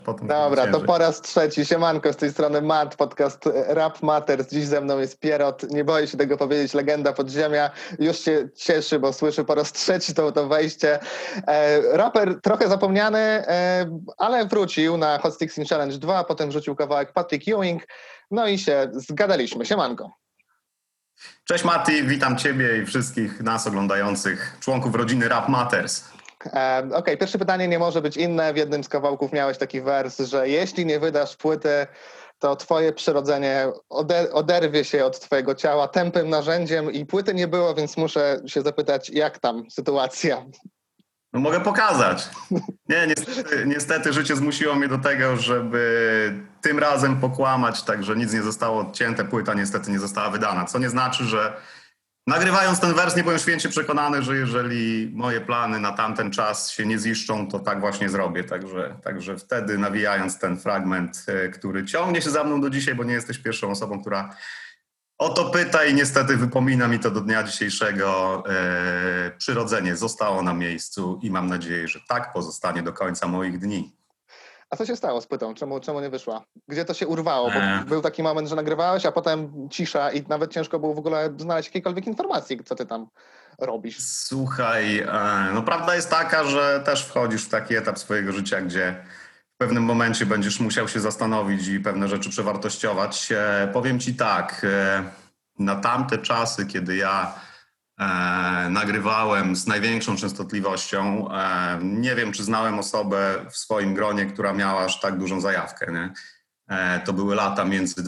potem Dobra, to ciężej. po raz trzeci. Siemanko, z tej strony Matt, podcast Rap Matters. Dziś ze mną jest Pierrot. Nie boję się tego powiedzieć, legenda podziemia. Już się cieszy, bo słyszy po raz trzeci to wejście. Raper trochę zapomniany, ale wrócił na Hot 16 Challenge 2, potem wrzucił kawałek Patrick Ewing, no i się zgadaliśmy. Siemanko. Cześć Mati, witam Ciebie i wszystkich nas oglądających, członków rodziny Rap Matters. Okej, pierwsze pytanie nie może być inne. W jednym z kawałków miałeś taki wers, że jeśli nie wydasz płyty, to twoje przyrodzenie oderwie się od twojego ciała tępym narzędziem i płyty nie było, więc muszę się zapytać, jak tam sytuacja? No mogę pokazać. Nie, niestety życie zmusiło mnie do tego, żeby tym razem pokłamać, także nic nie zostało odcięte, płyta niestety nie została wydana, co nie znaczy, że nagrywając ten wers nie byłem święcie przekonany, że jeżeli moje plany na tamten czas się nie ziszczą, to tak właśnie zrobię. Także wtedy nawijając ten fragment, który ciągnie się za mną do dzisiaj, bo nie jesteś pierwszą osobą, która o to pyta i niestety wypomina mi to do dnia dzisiejszego. Przyrodzenie zostało na miejscu i mam nadzieję, że tak pozostanie do końca moich dni. A co się stało z płytą? Czemu nie wyszła? Gdzie to się urwało? Bo był taki moment, że nagrywałeś, a potem cisza i nawet ciężko było w ogóle znaleźć jakiejkolwiek informacji, co ty tam robisz. Słuchaj, no prawda jest taka, że też wchodzisz w taki etap swojego życia, gdzie w pewnym momencie będziesz musiał się zastanowić i pewne rzeczy przewartościować. Powiem ci tak, na tamte czasy, kiedy ja nagrywałem z największą częstotliwością, nie wiem, czy znałem osobę w swoim gronie, która miała aż tak dużą zajawkę. Nie? To były lata między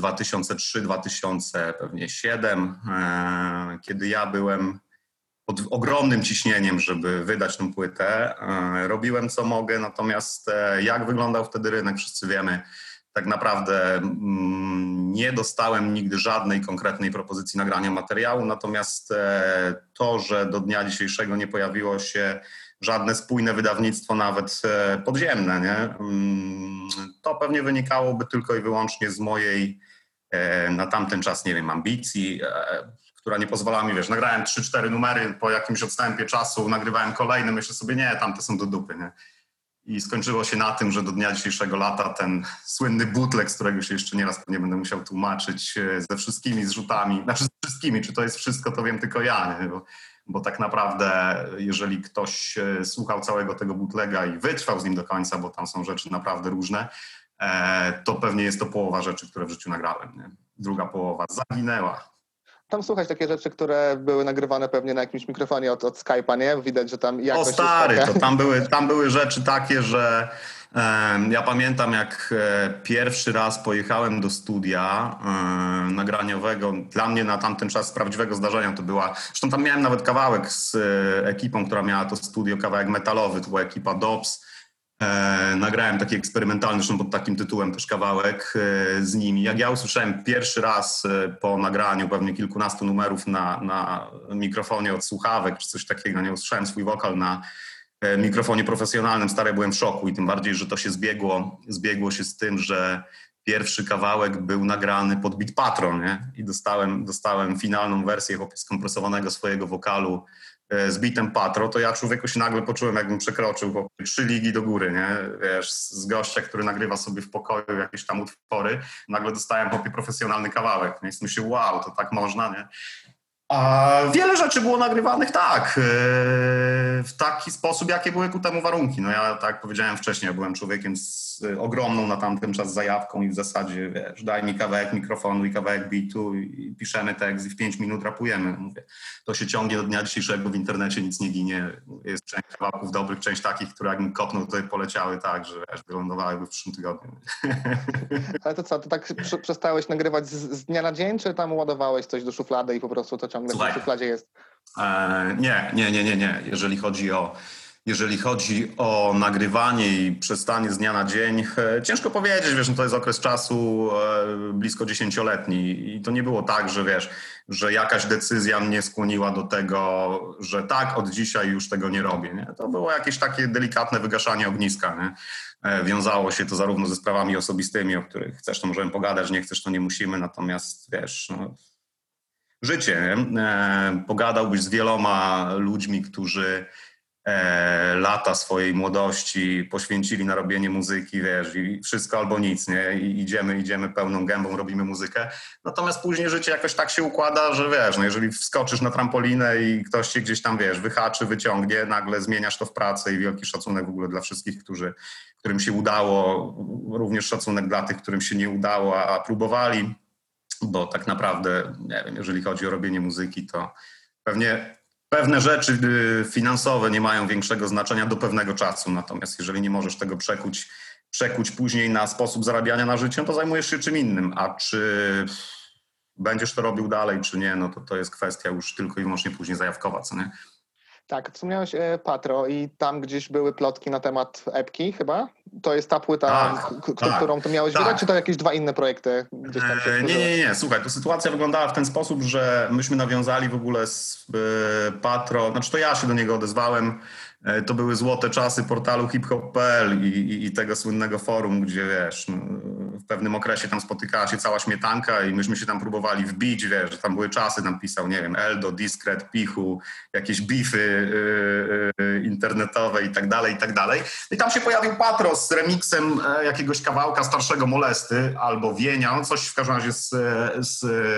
2003-2007, kiedy ja byłem pod ogromnym ciśnieniem, żeby wydać tę płytę. Robiłem co mogę, natomiast jak wyglądał wtedy rynek, wszyscy wiemy. Tak naprawdę nie dostałem nigdy żadnej konkretnej propozycji nagrania materiału, natomiast to, że do dnia dzisiejszego nie pojawiło się żadne spójne wydawnictwo, nawet podziemne, nie? To pewnie wynikałoby tylko i wyłącznie z mojej na tamten czas, nie wiem, ambicji, która nie pozwalała mi, nagrałem 3-4 numery po jakimś odstępie czasu, nagrywałem kolejne, myślę sobie, nie, tamte są do dupy, nie? I skończyło się na tym, że do dnia dzisiejszego lata ten słynny bootleg, z którego się jeszcze nieraz pewnie będę musiał tłumaczyć, ze wszystkimi zrzutami, znaczy z wszystkimi, czy to jest wszystko, to wiem tylko ja, nie? Bo tak naprawdę, jeżeli ktoś słuchał całego tego bootlega i wytrwał z nim do końca, bo tam są rzeczy naprawdę różne, to pewnie jest to połowa rzeczy, które w życiu nagrałem. Nie? Druga połowa zaginęła. Tam słuchać takie rzeczy, które były nagrywane pewnie na jakimś mikrofonie od Skype'a, nie? Widać, że tam jakość O stary, jest taka. to tam były rzeczy takie, że ja pamiętam, jak pierwszy raz pojechałem do studia nagraniowego. Dla mnie na tamten czas prawdziwego zdarzenia to była... Zresztą tam miałem nawet kawałek z ekipą, która miała to studio, kawałek metalowy, to była ekipa Dobbs. Nagrałem taki eksperymentalny, zresztą pod takim tytułem też kawałek z nimi. Jak ja usłyszałem pierwszy raz po nagraniu pewnie kilkunastu numerów na mikrofonie od słuchawek czy coś takiego, nie usłyszałem swój wokal na mikrofonie profesjonalnym, stary, byłem w szoku i tym bardziej, że to się zbiegło się z tym, że pierwszy kawałek był nagrany pod beat Patron, nie? I dostałem finalną wersję skompresowanego swojego wokalu z bitem Patro, to ja człowieku się nagle poczułem, jakbym przekroczył 3 ligi do góry, nie? Wiesz, z gościa, który nagrywa sobie w pokoju jakieś tam utwory, nagle dostałem profesjonalny kawałek, nie? I myślę, wow, to tak można, nie? A wiele rzeczy było nagrywanych tak, w taki sposób, jakie były ku temu warunki. No ja, tak jak powiedziałem wcześniej, ja byłem człowiekiem z ogromną na tamten czas zajawką i w zasadzie, wiesz, daj mi kawałek mikrofonu i kawałek beatu i piszemy tekst i w 5 minut rapujemy. Mówię, to się ciągnie do dnia dzisiejszego, w internecie nic nie ginie. Jest część kawałków dobrych, część takich, które jakbym kopnął, to poleciały tak, że wiesz, wylądowałyby w przyszłym tygodniu. Ale to co, to tak przestałeś nagrywać z dnia na dzień, czy tam ładowałeś coś do szuflady i po prostu to ciągle w szufladzie jest? Nie. Jeżeli chodzi o nagrywanie i przestanie z dnia na dzień, ciężko powiedzieć, wiesz, no to jest okres czasu blisko 10-letni i to nie było tak, że wiesz, że jakaś decyzja mnie skłoniła do tego, że tak, od dzisiaj już tego nie robię, nie? To było jakieś takie delikatne wygaszanie ogniska, nie? Wiązało się to zarówno ze sprawami osobistymi, o których chcesz, to możemy pogadać, nie chcesz, to nie musimy, natomiast wiesz, no, życie, nie? Pogadałbyś z wieloma ludźmi, którzy lata swojej młodości poświęcili na robienie muzyki, wiesz, i wszystko albo nic, nie? I idziemy pełną gębą, robimy muzykę. Natomiast później życie jakoś tak się układa, że wiesz, no jeżeli wskoczysz na trampolinę i ktoś cię gdzieś tam, wiesz, wyhaczy, wyciągnie, nagle zmieniasz to w pracę i wielki szacunek w ogóle dla wszystkich, którym się udało, również szacunek dla tych, którym się nie udało, a próbowali, bo tak naprawdę, nie wiem, jeżeli chodzi o robienie muzyki, to pewne rzeczy finansowe nie mają większego znaczenia do pewnego czasu, natomiast jeżeli nie możesz tego przekuć później na sposób zarabiania na życie, to zajmujesz się czym innym, a czy będziesz to robił dalej, czy nie, no to jest kwestia już tylko i wyłącznie później zajawkowa, co nie? Tak, wspomniałeś Patro i tam gdzieś były plotki na temat epki chyba? To jest ta płyta, Tak, którą tu miałeś wydać, czy to jakieś dwa inne projekty gdzieś tam się Nie. Słuchaj, to sytuacja wyglądała w ten sposób, że myśmy nawiązali w ogóle z Patro, znaczy to ja się do niego odezwałem. To były złote czasy portalu hiphop.pl i tego słynnego forum, gdzie wiesz, no, w pewnym okresie tam spotykała się cała śmietanka i myśmy się tam próbowali wbić, wiesz, że tam były czasy, tam pisał, nie wiem, Eldo, Discret, Pichu, jakieś bify internetowe i tak dalej, i tak dalej. I tam się pojawił Patro z remixem jakiegoś kawałka starszego Molesty albo Wienia, no coś w każdym razie z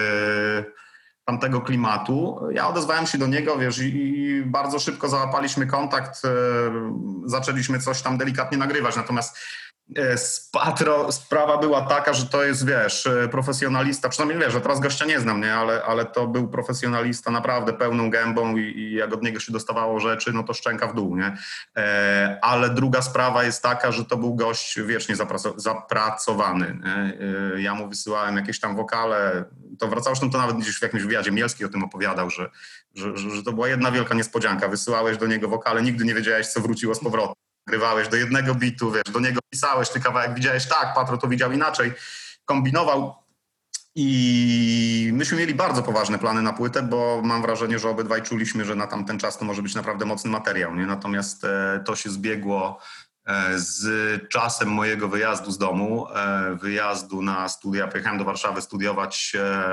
tamtego klimatu. Ja odezwałem się do niego, wiesz, i bardzo szybko załapaliśmy kontakt, zaczęliśmy coś tam delikatnie nagrywać, natomiast z Patro sprawa była taka, że to jest, wiesz, profesjonalista, przynajmniej wiesz, że teraz gościa nie znam, nie, ale to był profesjonalista naprawdę pełną gębą i jak od niego się dostawało rzeczy, no to szczęka w dół, nie? Ale druga sprawa jest taka, że to był gość wiecznie zapracowany. Nie? Ja mu wysyłałem jakieś tam wokale, to wracało, to nawet gdzieś w jakimś wywiadzie Mielski o tym opowiadał, że to była jedna wielka niespodzianka. Wysyłałeś do niego wokale, nigdy nie wiedziałeś, co wróciło z powrotem. Grywałeś do jednego bitu, wiesz, do niego pisałeś ty kawałek, widziałeś tak, Patro to widział inaczej, kombinował i myśmy mieli bardzo poważne plany na płytę, bo mam wrażenie, że obydwaj czuliśmy, że na tamten czas to może być naprawdę mocny materiał, nie? Natomiast to się zbiegło z czasem mojego wyjazdu z domu, wyjazdu na studia, pojechałem do Warszawy studiować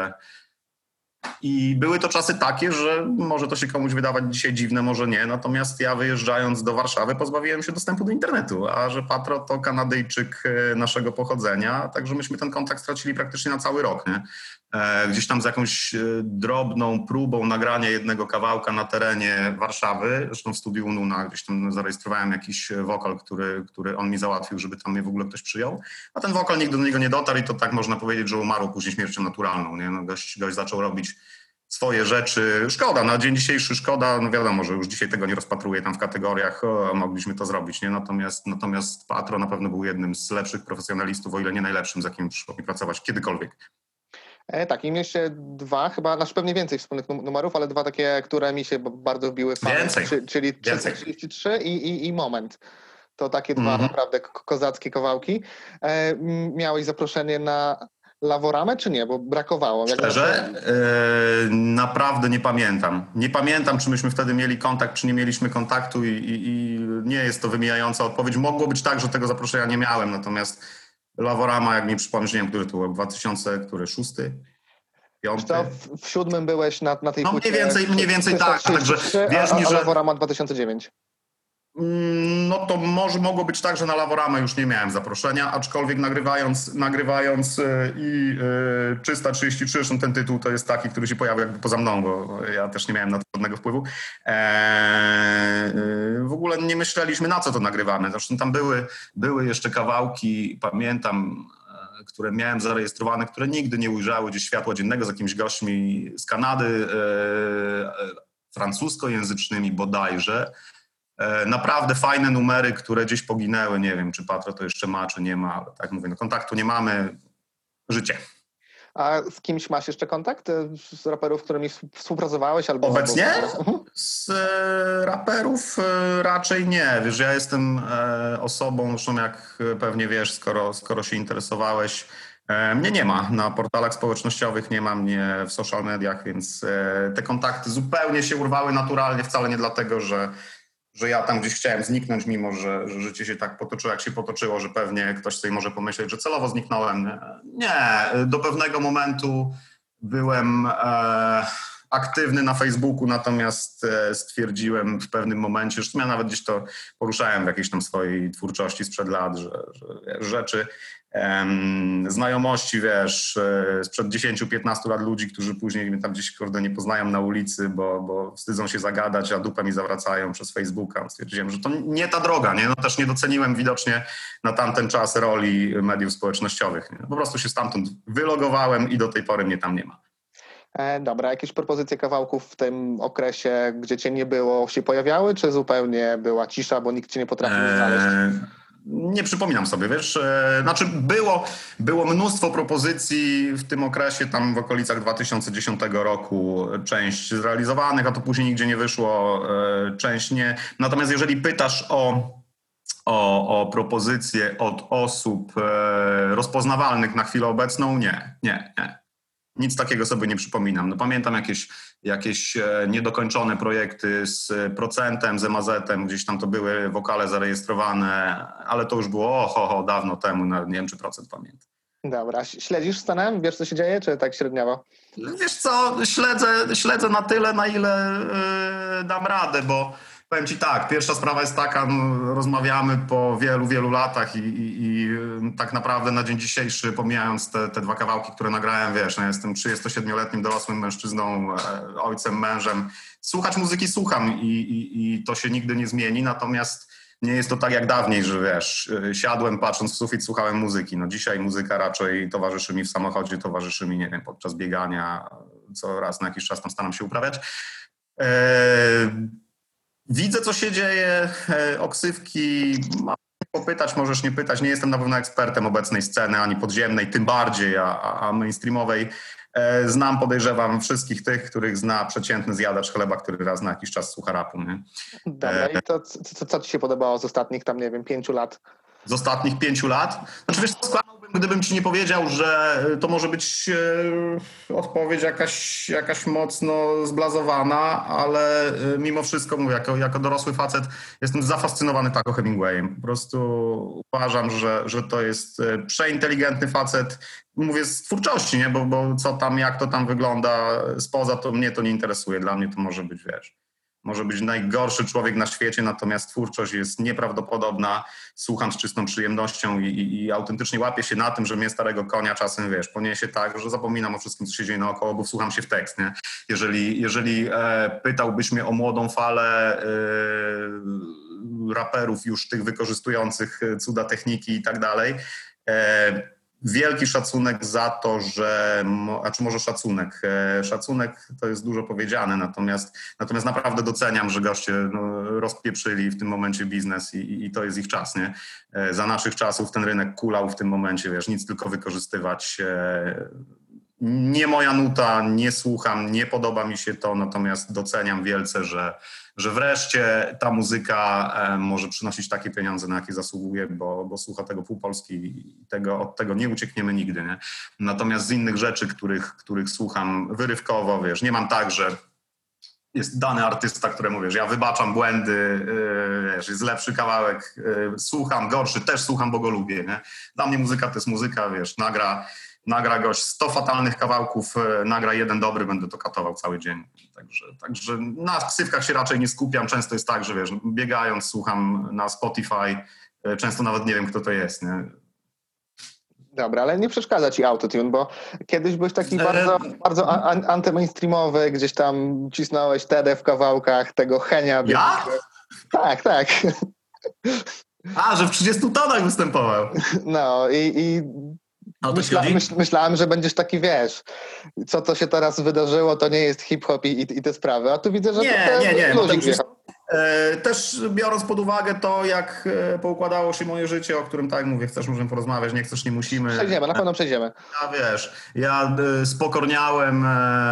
i były to czasy takie, że może to się komuś wydawać dzisiaj dziwne, może nie. Natomiast ja wyjeżdżając do Warszawy pozbawiłem się dostępu do internetu, a że Patro to Kanadyjczyk naszego pochodzenia, także myśmy ten kontakt stracili praktycznie na cały rok. Nie? Gdzieś tam z jakąś drobną próbą nagrania jednego kawałka na terenie Warszawy, zresztą w studiu Nuna, gdzieś tam zarejestrowałem jakiś wokal, który on mi załatwił, żeby tam mnie w ogóle ktoś przyjął, a ten wokal nigdy do niego nie dotarł i to tak można powiedzieć, że umarł później śmiercią naturalną. Nie? No, gość zaczął robić swoje rzeczy. Szkoda, na dzień dzisiejszy szkoda, no wiadomo, że już dzisiaj tego nie rozpatruję tam w kategoriach, mogliśmy to zrobić, nie? Natomiast Patro na pewno był jednym z lepszych profesjonalistów, o ile nie najlepszym, z jakim przyszło mi pracować kiedykolwiek. Tak, i mieliście dwa, chyba, znaczy pewnie więcej wspólnych numerów, ale dwa takie, które mi się bardzo wbiły w pamięć, czyli 333 i Moment. To takie dwa naprawdę kozackie kawałki. Miałeś zaproszenie na Laworamę, czy nie? Bo brakowało. Szczerze? Naprawdę nie pamiętam. Nie pamiętam, czy myśmy wtedy mieli kontakt, czy nie mieliśmy kontaktu i nie jest to wymijająca odpowiedź. Mogło być tak, że tego zaproszenia nie miałem, natomiast Laworama, jak mi przypomnisz, nie wiem, który to był, 2006? 5? To w 7 byłeś na tej płycie. Mniej więcej tak, także wierz mi, że... Laworama 2009. No to może mogło być tak, że na Laworamę już nie miałem zaproszenia, aczkolwiek nagrywając i 333, zresztą ten tytuł to jest taki, który się pojawił jakby poza mną, bo ja też nie miałem na to żadnego wpływu. W ogóle nie myśleliśmy, na co to nagrywamy. Zresztą tam były jeszcze kawałki, pamiętam, które miałem zarejestrowane, które nigdy nie ujrzały gdzieś światła dziennego, z jakimiś gośćmi z Kanady, francuskojęzycznymi bodajże. Naprawdę fajne numery, które gdzieś poginęły. Nie wiem, czy Patro to jeszcze ma, czy nie ma, ale tak mówię, no kontaktu nie mamy. Życie. A z kimś masz jeszcze kontakt? Z raperów, z którymi współpracowałeś? Albo obecnie? Z raperów raczej nie. Wiesz, ja jestem osobą, zresztą jak pewnie wiesz, skoro się interesowałeś, mnie nie ma na portalach społecznościowych, nie ma mnie w social mediach, więc te kontakty zupełnie się urwały naturalnie, wcale nie dlatego, że ja tam gdzieś chciałem zniknąć, mimo że życie się tak potoczyło, jak się potoczyło, że pewnie ktoś sobie może pomyśleć, że celowo zniknąłem. Nie, do pewnego momentu byłem aktywny na Facebooku, natomiast stwierdziłem w pewnym momencie, że ja nawet gdzieś to poruszałem w jakiejś tam swojej twórczości sprzed lat, że rzeczy, znajomości, wiesz, sprzed 10-15 lat ludzi, którzy później mnie tam gdzieś kurde nie poznają na ulicy, bo wstydzą się zagadać, a dupę mi zawracają przez Facebooka. Stwierdziłem, że to nie ta droga, nie? No też nie doceniłem widocznie na tamten czas roli mediów społecznościowych. Nie? Po prostu się stamtąd wylogowałem i do tej pory mnie tam nie ma. Dobra, jakieś propozycje kawałków w tym okresie, gdzie cię nie było, się pojawiały, czy zupełnie była cisza, bo nikt cię nie potrafił znaleźć? Nie przypominam sobie, wiesz, znaczy było mnóstwo propozycji w tym okresie, tam w okolicach 2010 roku, część zrealizowanych, a to później nigdzie nie wyszło, część nie. Natomiast jeżeli pytasz o propozycje od osób rozpoznawalnych na chwilę obecną, nie. Nic takiego sobie nie przypominam. No, pamiętam jakieś niedokończone projekty z Procentem, z MAZ-em, gdzieś tam to były wokale zarejestrowane, ale to już było dawno temu, nawet nie wiem, czy Procent pamięta. Dobra, śledzisz Stanem? Wiesz, co się dzieje, czy tak średniowo? Wiesz co, śledzę na tyle, na ile dam radę, bo powiem ci tak, pierwsza sprawa jest taka, no, rozmawiamy po wielu latach i tak naprawdę na dzień dzisiejszy, pomijając te dwa kawałki, które nagrałem, wiesz, no, jestem 37-letnim dorosłym mężczyzną, ojcem, mężem. Słuchać muzyki słucham i to się nigdy nie zmieni, natomiast nie jest to tak jak dawniej, że wiesz, siadłem patrząc w sufit, słuchałem muzyki. No dzisiaj muzyka raczej towarzyszy mi w samochodzie, towarzyszy mi, nie wiem, podczas biegania, co raz na jakiś czas tam staram się uprawiać. Widzę, co się dzieje, oksywki, mam popytać, możesz nie pytać, nie jestem na pewno ekspertem obecnej sceny, ani podziemnej, tym bardziej, a mainstreamowej. Znam, podejrzewam, wszystkich tych, których zna przeciętny zjadacz chleba, który raz na jakiś czas słucha rapu. Nie? Dobra, i to co ci się podobało z ostatnich tam, nie wiem, 5 lat? Z ostatnich 5 lat? Znaczy wiesz, skłamałbym, gdybym ci nie powiedział, że to może być odpowiedź jakaś mocno zblazowana, ale mimo wszystko mówię, jako dorosły facet jestem zafascynowany Taco Hemingwayem. Po prostu uważam, że to jest przeinteligentny facet. Mówię z twórczości, nie? Bo co tam, jak to tam wygląda spoza, to mnie to nie interesuje. Dla mnie to może być, wiesz, może być najgorszy człowiek na świecie, natomiast twórczość jest nieprawdopodobna. Słucham z czystą przyjemnością i autentycznie łapię się na tym, że mnie starego konia czasem, wiesz, poniesie tak, że zapominam o wszystkim, co się dzieje naokoło, bo wsłucham się w tekst, nie? Jeżeli pytałbyś mnie o młodą falę raperów już tych wykorzystujących cuda techniki i tak dalej, wielki szacunek za to, znaczy może szacunek to jest dużo powiedziane, natomiast naprawdę doceniam, że goście rozpieprzyli w tym momencie biznes i to jest ich czas, nie? Za naszych czasów ten rynek kulał w tym momencie, wiesz, nic tylko wykorzystywać. Nie moja nuta, nie słucham, nie podoba mi się to, natomiast doceniam wielce, że wreszcie ta muzyka może przynosić takie pieniądze, na jakie zasługuje, bo słucha tego pół Polski i od tego nie uciekniemy nigdy. Nie? Natomiast z innych rzeczy, których słucham wyrywkowo, wiesz, nie mam tak, że jest dany artysta, któremu, wiesz, ja wybaczam błędy, wiesz, jest lepszy kawałek, słucham, gorszy, też słucham, bo go lubię. Nie? Dla mnie muzyka to jest muzyka, wiesz, nagra gość 100 fatalnych kawałków, nagra jeden dobry, będę to katował cały dzień. Także na ksywkach się raczej nie skupiam. Często jest tak, że wiesz, biegając słucham na Spotify, często nawet nie wiem, kto to jest. Nie? Dobra, ale nie przeszkadza ci autotune, bo kiedyś byłeś taki bardzo antymainstreamowy, gdzieś tam cisnąłeś TD w kawałkach, tego Henia. Ja? Tak. Że w 30 tonach występował. No i myślałem, że będziesz taki, wiesz, co to się teraz wydarzyło, to nie jest hip-hop i te sprawy, a tu widzę, że nie. wjechał. Też biorąc pod uwagę to, jak poukładało się moje życie, o którym tak mówię, chcesz, możemy porozmawiać, nie chcesz, nie musimy. Przejdziemy, na pewno przejdziemy. Ja spokorniałem,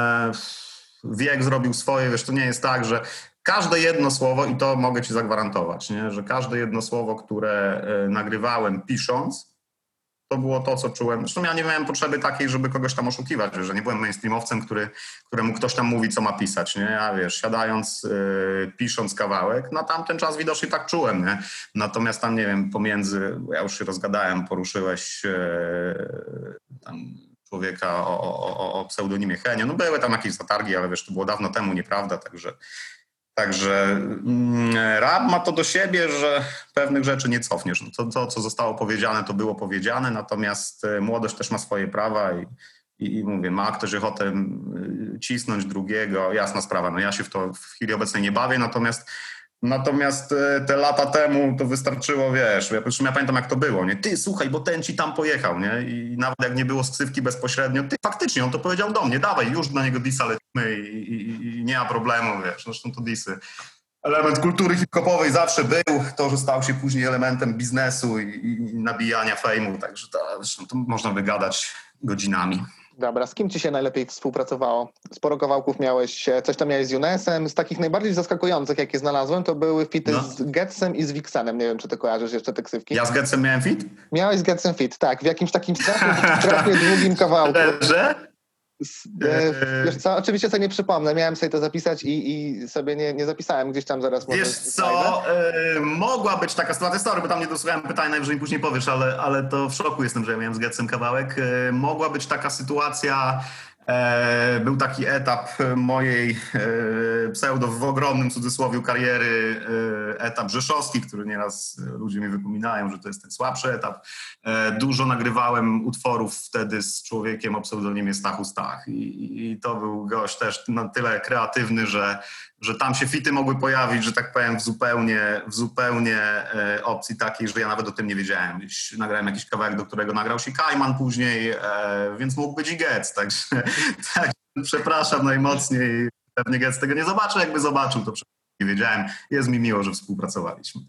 wiek zrobił swoje, wiesz, to nie jest tak, że każde jedno słowo, i to mogę ci zagwarantować, nie, że każde jedno słowo, które nagrywałem pisząc, to było to, co czułem. Zresztą ja nie miałem potrzeby takiej, żeby kogoś tam oszukiwać, że nie byłem mainstreamowcem, któremu ktoś tam mówi, co ma pisać, nie? Ja wiesz, siadając, pisząc kawałek, na tamten czas widocznie tak czułem, nie? Natomiast tam, nie wiem, pomiędzy, ja już się rozgadałem, poruszyłeś tam człowieka o pseudonimie Henio. No były tam jakieś zatargi, ale wiesz, to było dawno temu, nieprawda, Także rap ma to do siebie, że pewnych rzeczy nie cofniesz. No to, co zostało powiedziane, to było powiedziane, natomiast młodość też ma swoje prawa i mówię, ma ktoś ochotę cisnąć drugiego, jasna sprawa, no ja się w to w chwili obecnej nie bawię, natomiast te lata temu to wystarczyło, wiesz, ja pamiętam jak to było, nie? Ty, słuchaj, bo ten ci tam pojechał, nie? I nawet jak nie było ksywki bezpośrednio, ty, faktycznie, on to powiedział do mnie, dawaj, już na niego disa lecimy i nie ma problemu, wiesz, zresztą to disy. Element kultury hip-hopowej zawsze był, to, że stał się później elementem biznesu i nabijania fejmu, także zresztą to można wygadać godzinami. Dobra, z kim ci się najlepiej współpracowało? Sporo kawałków miałeś, coś tam miałeś z Younesem. Z takich najbardziej zaskakujących, jakie znalazłem, to były fity z Getsem i z Wixenem. Nie wiem, czy ty kojarzysz jeszcze te ksywki. Ja z Getsem miałem fit? Miałeś z Getsem fit, tak. W jakimś takim strasznie długim kawałku. Że? Wiesz co, oczywiście sobie nie przypomnę, miałem sobie to zapisać i sobie nie zapisałem, gdzieś tam zaraz może. Wiesz co, mogła być taka sytuacja, sorry, bo tam nie dosłuchałem pytania, najwyżej mi później powiesz, ale to w szoku jestem, że ja miałem z Getsem kawałek. Mogła być taka sytuacja, był taki etap mojej pseudo w ogromnym cudzysłowie kariery, etap rzeszowski, który nieraz ludzie mi wypominają, że to jest ten słabszy etap. Dużo nagrywałem utworów wtedy z człowiekiem o pseudonimie Stachu Stach i to był gość też na tyle kreatywny, że tam się fity mogły pojawić, że tak powiem, w zupełnie opcji takiej, że ja nawet o tym nie wiedziałem. Nagrałem jakiś kawałek, do którego nagrał się Kajman później, więc mógł być i Getz, także przepraszam najmocniej. Pewnie Getz tego nie zobaczy, jakby zobaczył, to nie wiedziałem. Jest mi miło, że współpracowaliśmy.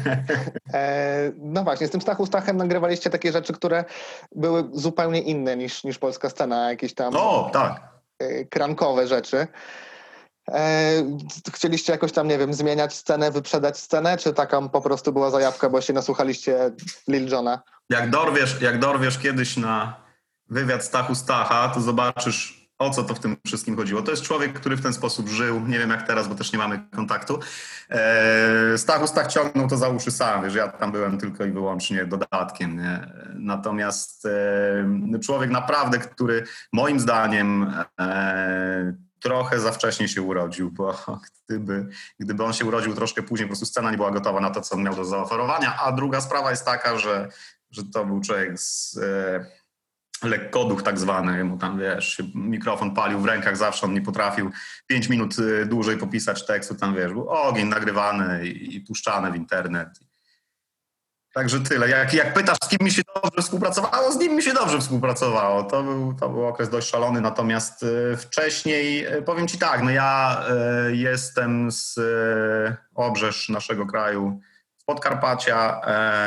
No właśnie, z tym Stachem nagrywaliście takie rzeczy, które były zupełnie inne niż polska scena, jakieś tam tak. Krankowe rzeczy. Chcieliście jakoś tam, nie wiem, zmieniać scenę, wyprzedać scenę, czy taką po prostu była zajawka, bo się nasłuchaliście Lil Jona? Jak dorwiesz kiedyś na wywiad Stachu Stacha, to zobaczysz, o co to w tym wszystkim chodziło. To jest człowiek, który w ten sposób żył, nie wiem jak teraz, bo też nie mamy kontaktu. Stachu Stach ciągnął to za uszy sam, wiesz, ja tam byłem tylko i wyłącznie dodatkiem, nie? Natomiast człowiek naprawdę, który moim zdaniem trochę za wcześnie się urodził, bo gdyby on się urodził troszkę później, po prostu scena nie była gotowa na to, co on miał do zaoferowania. A druga sprawa jest taka, że to był człowiek z lekkoduch tak zwany, mu tam, wiesz, mikrofon palił w rękach, zawsze on nie potrafił 5 minut dłużej popisać tekstu, tam, wiesz, był ogień nagrywany i puszczany w internet. Także tyle. Jak pytasz, z kim mi się dobrze współpracowało, z nim mi się dobrze współpracowało. To był okres dość szalony, natomiast wcześniej, powiem ci tak, no ja jestem z obrzeż naszego kraju, z Podkarpacia.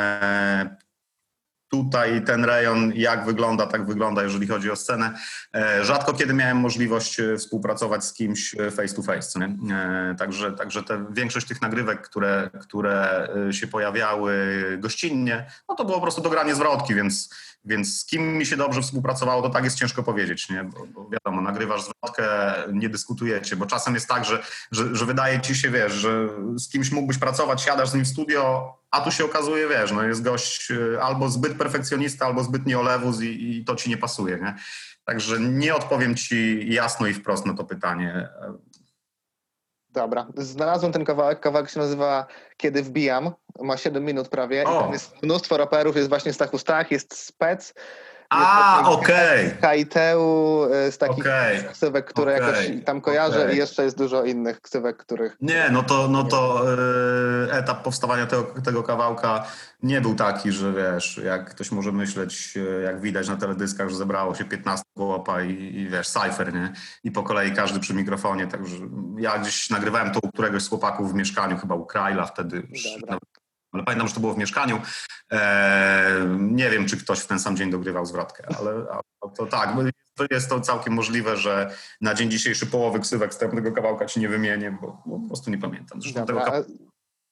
Tutaj ten rejon jak wygląda, tak wygląda, jeżeli chodzi o scenę. Rzadko kiedy miałem możliwość współpracować z kimś face to face, co nie? Także większość tych nagrywek, które się pojawiały gościnnie, no to było po prostu dogranie zwrotki, więc z kim mi się dobrze współpracowało, to tak jest ciężko powiedzieć, nie? Bo wiadomo, nagrywasz zwrotkę, nie dyskutujecie, bo czasem jest tak, że wydaje ci się, wiesz, że z kimś mógłbyś pracować, siadasz z nim w studio, a tu się okazuje, wiesz, no jest gość albo zbyt perfekcjonista, albo zbyt nieolewus i to ci nie pasuje, nie? Także nie odpowiem ci jasno i wprost na to pytanie. Dobra, znalazłem ten kawałek się nazywa Kiedy wbijam, ma 7 minut prawie i tam jest mnóstwo raperów, jest właśnie Stachu Stach, jest Spec, Okej. Kaiteu, z takich ksywek, które jakoś tam kojarzę i jeszcze jest dużo innych ksywek, których... Nie, no to etap powstawania tego kawałka nie był taki, że wiesz, jak ktoś może myśleć, jak widać na teledyskach, że zebrało się 15 chłopa i wiesz, cypher, nie? I po kolei każdy przy mikrofonie, także ja gdzieś nagrywałem to u któregoś z chłopaków w mieszkaniu, chyba u Kraila wtedy, ale pamiętam, że to było w mieszkaniu. Nie wiem, czy ktoś w ten sam dzień dogrywał zwrotkę, ale to tak, jest to całkiem możliwe, że na dzień dzisiejszy połowy ksywek z tego kawałka ci nie wymienię, bo po prostu nie pamiętam.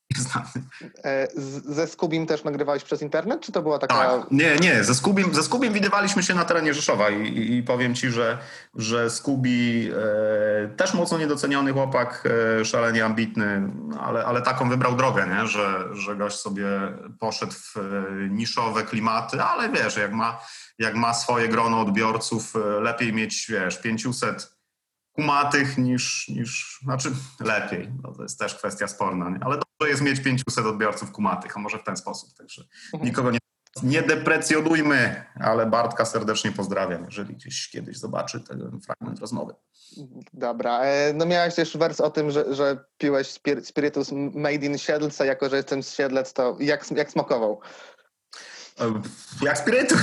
Nieznany. Ze Skubim też nagrywałeś przez internet, czy to była taka... Tak, nie. Ze Skubim widywaliśmy się na terenie Rzeszowa i powiem ci, że Skubi też mocno niedoceniony chłopak, szalenie ambitny, ale taką wybrał drogę, nie? Że gość sobie poszedł w niszowe klimaty, ale wiesz, jak ma swoje grono odbiorców, lepiej mieć, wiesz, 500 kumatych niż znaczy lepiej, no to jest też kwestia sporna, nie? Ale dobrze jest mieć 500 odbiorców kumatych, a może w ten sposób, także nikogo nie deprecjonujmy, ale Bartka serdecznie pozdrawiam, jeżeli gdzieś kiedyś zobaczy ten fragment rozmowy. Dobra, no miałeś też wers o tym, że piłeś spirytus made in Siedlce, jako że jestem z Siedlec, to jak smakował? Jak spirytus.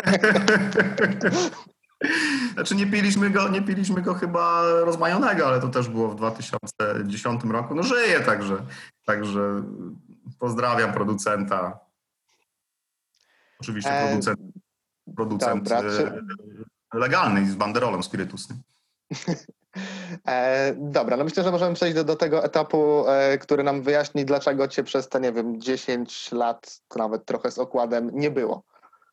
Znaczy nie piliśmy go chyba rozmajonego, ale to też było w 2010 roku. No żyje, także pozdrawiam producenta. Oczywiście producent dobra, legalny z banderolą spirytus. Dobra, no myślę, że możemy przejść do tego etapu, który nam wyjaśni, dlaczego cię przez te, nie wiem, 10 lat, nawet trochę z okładem, nie było.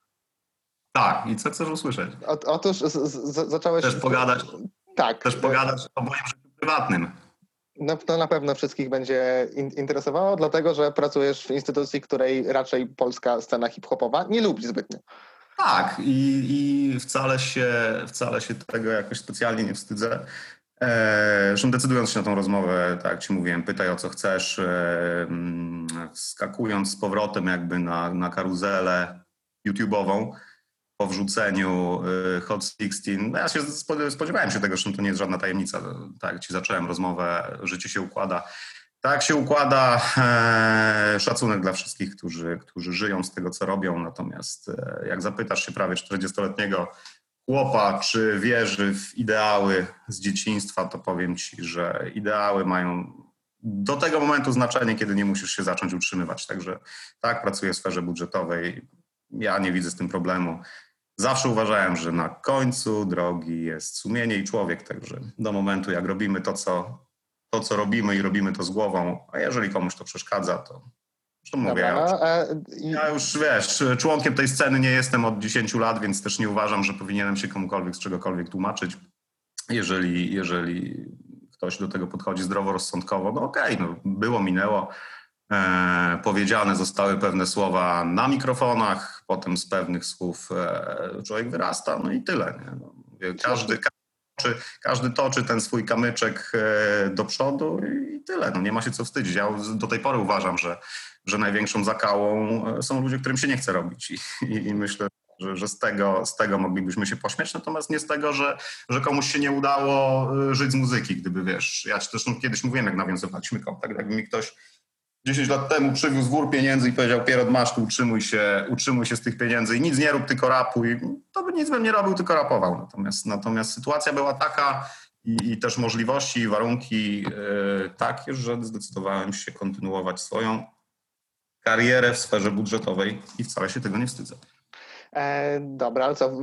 Tak, i co chcesz usłyszeć? Otóż zacząłeś... Też pogadać, Tak. też pogadać o moim życiu prywatnym. No to na pewno wszystkich będzie interesowało, dlatego że pracujesz w instytucji, której raczej polska scena hip-hopowa nie lubi zbytnio. Tak, i wcale się tego jakoś specjalnie nie wstydzę. Zresztą decydując się na tą rozmowę, tak jak ci mówiłem, pytaj o co chcesz, wskakując z powrotem jakby na karuzelę YouTube'ową po wrzuceniu Hot 16. No ja się spodziewałem się tego, że to nie jest żadna tajemnica. Tak jak ci zacząłem rozmowę, życie się układa. Tak się układa, szacunek dla wszystkich, którzy żyją z tego, co robią. Natomiast jak zapytasz się prawie 40-letniego chłopa, czy wierzy w ideały z dzieciństwa, to powiem ci, że ideały mają do tego momentu znaczenie, kiedy nie musisz się zacząć utrzymywać. Także tak, pracuję w sferze budżetowej. Ja nie widzę z tym problemu. Zawsze uważałem, że na końcu drogi jest sumienie i człowiek. Także do momentu, jak robimy to, co robimy i robimy to z głową, a jeżeli komuś to przeszkadza, to mówię, ja już wiesz, członkiem tej sceny nie jestem od 10 lat, więc też nie uważam, że powinienem się komukolwiek z czegokolwiek tłumaczyć. Jeżeli ktoś do tego podchodzi zdroworozsądkowo, no okej, no było, minęło. Powiedziane zostały pewne słowa na mikrofonach, potem z pewnych słów człowiek wyrasta, no i tyle. Nie? No, każdy toczy ten swój kamyczek do przodu i tyle. No, nie ma się co wstydzić. Ja do tej pory uważam, że największą zakałą są ludzie, którym się nie chce robić i myślę, że z tego moglibyśmy się pośmiać, natomiast nie z tego, że komuś się nie udało żyć z muzyki, gdyby wiesz, ja ci też kiedyś mówiłem, jak nawiązywaliśmy kontakt, jakby mi ktoś 10 lat temu przywiózł wór pieniędzy i powiedział: Pierrot, masz tu, utrzymuj się z tych pieniędzy i nic nie rób, tylko rapuj. To by nic bym nie robił, tylko rapował. Natomiast sytuacja była taka i też możliwości i warunki takie, że zdecydowałem się kontynuować swoją karierę w sferze budżetowej i wcale się tego nie wstydzę. Dobra, ale co,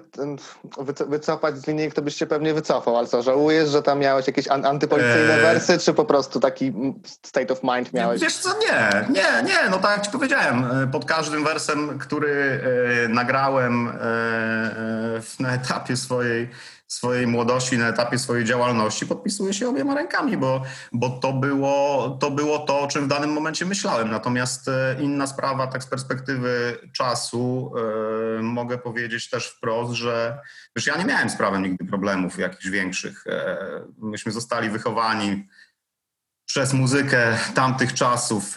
wycofać z linijek to byś się pewnie wycofał, ale co, żałujesz, że tam miałeś jakieś antypolicyjne wersy, czy po prostu taki state of mind miałeś? Wiesz co, nie, no tak jak ci powiedziałem, pod każdym wersem, który nagrałem na etapie swojej młodości, na etapie swojej działalności, podpisuję się obiema rękami, bo to było to, o czym w danym momencie myślałem. Natomiast inna sprawa, tak z perspektywy czasu, mogę powiedzieć też wprost, że wiesz, ja nie miałem z prawem nigdy problemów jakichś większych. Myśmy zostali wychowani przez muzykę tamtych czasów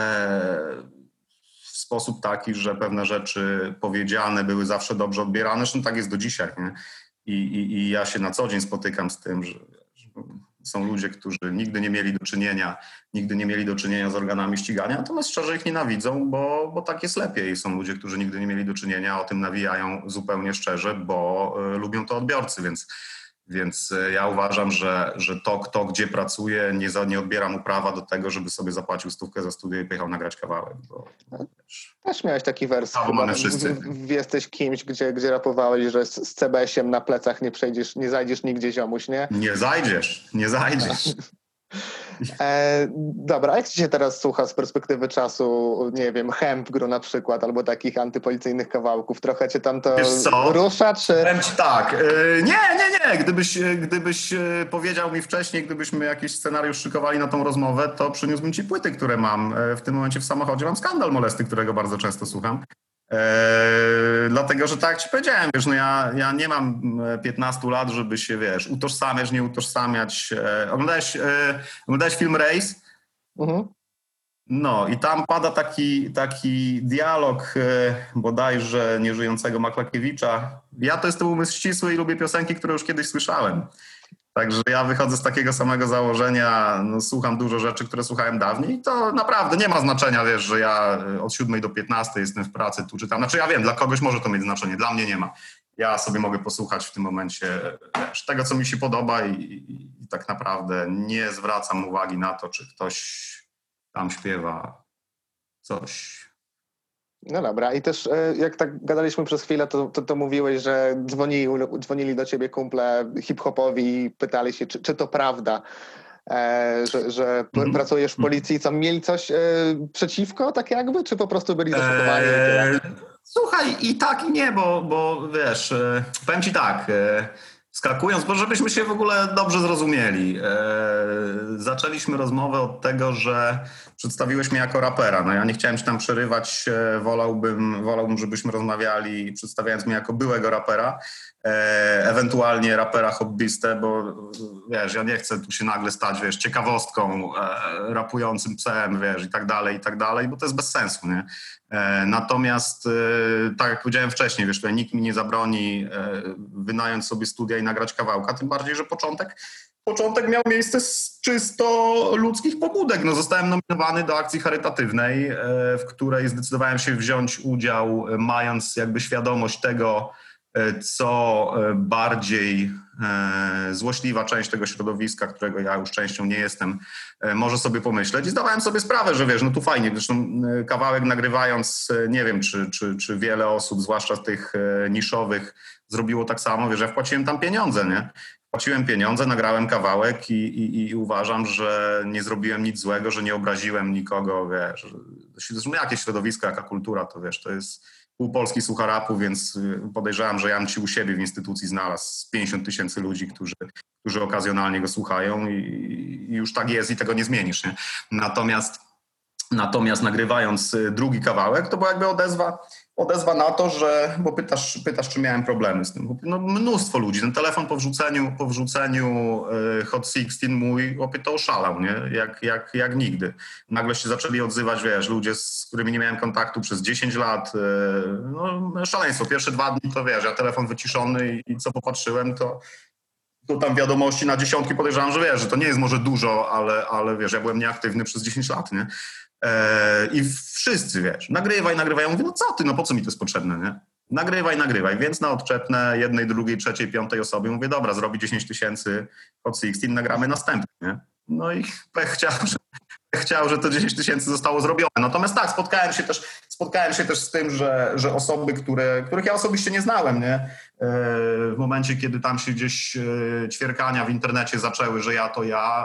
w sposób taki, że pewne rzeczy powiedziane były zawsze dobrze odbierane. Zresztą tak jest do dzisiaj, nie? I ja się na co dzień spotykam z tym, że są ludzie, którzy nigdy nie mieli do czynienia z organami ścigania, natomiast szczerze ich nienawidzą, bo tak jest lepiej. Są ludzie, którzy nigdy nie mieli do czynienia, a o tym nawijają zupełnie szczerze, bo lubią to odbiorcy, więc ja uważam, że to, kto gdzie pracuje, nie odbiera mu prawa do tego, żeby sobie zapłacił 100 za studio i pojechał nagrać kawałek. Też miałeś taki wers. Mamy wszyscy. Jesteś kimś, gdzie rapowałeś, że z CBS-iem na plecach nie zajdziesz nigdzie, ziomuś, nie? Nie zajdziesz. Dobra, a jak ci się teraz słucha z perspektywy czasu, nie wiem, Hempgru na przykład, albo takich antypolicyjnych kawałków? Trochę cię tam to Wiesz co? rusza, czy... Powiem ci tak, nie. Gdybyś powiedział mi wcześniej, gdybyśmy jakiś scenariusz szykowali na tą rozmowę, to przyniósłbym ci płyty, które mam. W tym momencie w samochodzie mam Skandal Molesty, którego bardzo często słucham. Dlatego, że tak jak ci powiedziałem, wiesz, no ja nie mam 15 lat, żeby się, wiesz, utożsamiać, nie utożsamiać. Oglądałeś film Race? Mhm. No i tam pada taki dialog bodajże nieżyjącego Maklakiewicza. Ja to jestem umysł ścisły i lubię piosenki, które już kiedyś słyszałem. Także ja wychodzę z takiego samego założenia, no, słucham dużo rzeczy, które słuchałem dawniej i to naprawdę nie ma znaczenia, wiesz, że ja od 7 do 15 jestem w pracy, tu czy tam. Znaczy ja wiem, dla kogoś może to mieć znaczenie, dla mnie nie ma. Ja sobie mogę posłuchać w tym momencie, wiesz, tego, co mi się podoba i tak naprawdę nie zwracam uwagi na to, czy ktoś tam śpiewa coś. No dobra, i też jak tak gadaliśmy przez chwilę, to mówiłeś, że dzwonili do ciebie kumple hip-hopowi i pytali się, czy to prawda, że pracujesz w policji. Co, mieli coś przeciwko, tak jakby, czy po prostu byli zaszokowani? Słuchaj, i tak, i nie, bo wiesz, powiem ci tak, wskakując, bo żebyśmy się w ogóle dobrze zrozumieli, zaczęliśmy rozmowę od tego, że przedstawiłeś mnie jako rapera. No ja nie chciałem ci tam przerywać, wolałbym, żebyśmy rozmawiali przedstawiając mnie jako byłego rapera, ewentualnie rapera hobbystę, bo wiesz, ja nie chcę tu się nagle stać, wiesz, ciekawostką, rapującym psem, wiesz, i tak dalej, bo to jest bez sensu, nie? Natomiast, tak jak powiedziałem wcześniej, wiesz, tutaj nikt mi nie zabroni wynająć sobie studia i nagrać kawałka, tym bardziej, że początek miał miejsce z czysto ludzkich pobudek. No, zostałem nominowany do akcji charytatywnej, w której zdecydowałem się wziąć udział, mając jakby świadomość tego, co bardziej złośliwa część tego środowiska, którego ja już częścią nie jestem, może sobie pomyśleć. I zdawałem sobie sprawę, że wiesz, no tu fajnie, zresztą kawałek nagrywając, nie wiem, czy wiele osób, zwłaszcza tych niszowych, zrobiło tak samo, wiesz, ja wpłaciłem tam pieniądze, nie? Płaciłem pieniądze, nagrałem kawałek i uważam, że nie zrobiłem nic złego, że nie obraziłem nikogo, wiesz. Zresztą jakie środowisko, jaka kultura, to wiesz, to jest pół Polski słucha rapu, więc podejrzewam, że ja bym ci u siebie w instytucji znalazł 50 000 ludzi, którzy okazjonalnie go słuchają i już tak jest i tego nie zmienisz, nie? Natomiast nagrywając drugi kawałek, to była jakby odezwa na to, że, bo pytasz, czy miałem problemy z tym. No, mnóstwo ludzi, ten telefon po wrzuceniu Hot 16 mój to oszalał, nie? Jak nigdy. Nagle się zaczęli odzywać, wiesz, ludzie, z którymi nie miałem kontaktu przez 10 lat. No, szaleństwo. Pierwsze 2 dni to, wiesz, ja telefon wyciszony i co popatrzyłem, to tam wiadomości na dziesiątki, podejrzewam, że wiesz, że to nie jest może dużo, ale wiesz, ja byłem nieaktywny przez 10 lat, nie? I wszyscy, wiesz, nagrywaj. Ja mówię, no co ty, no po co mi to jest potrzebne, nie? Nagrywaj. Więc na odczepne jednej, drugiej, trzeciej, piątej osobie mówię, dobra, zrobi 10 000 Hot 16, nagramy następny, nie? No i pech chciał, że to 10 000 zostało zrobione. Natomiast tak, spotkałem się też z tym, że osoby, których ja osobiście nie znałem, nie? W momencie, kiedy tam się gdzieś ćwierkania w internecie zaczęły, że ja to ja,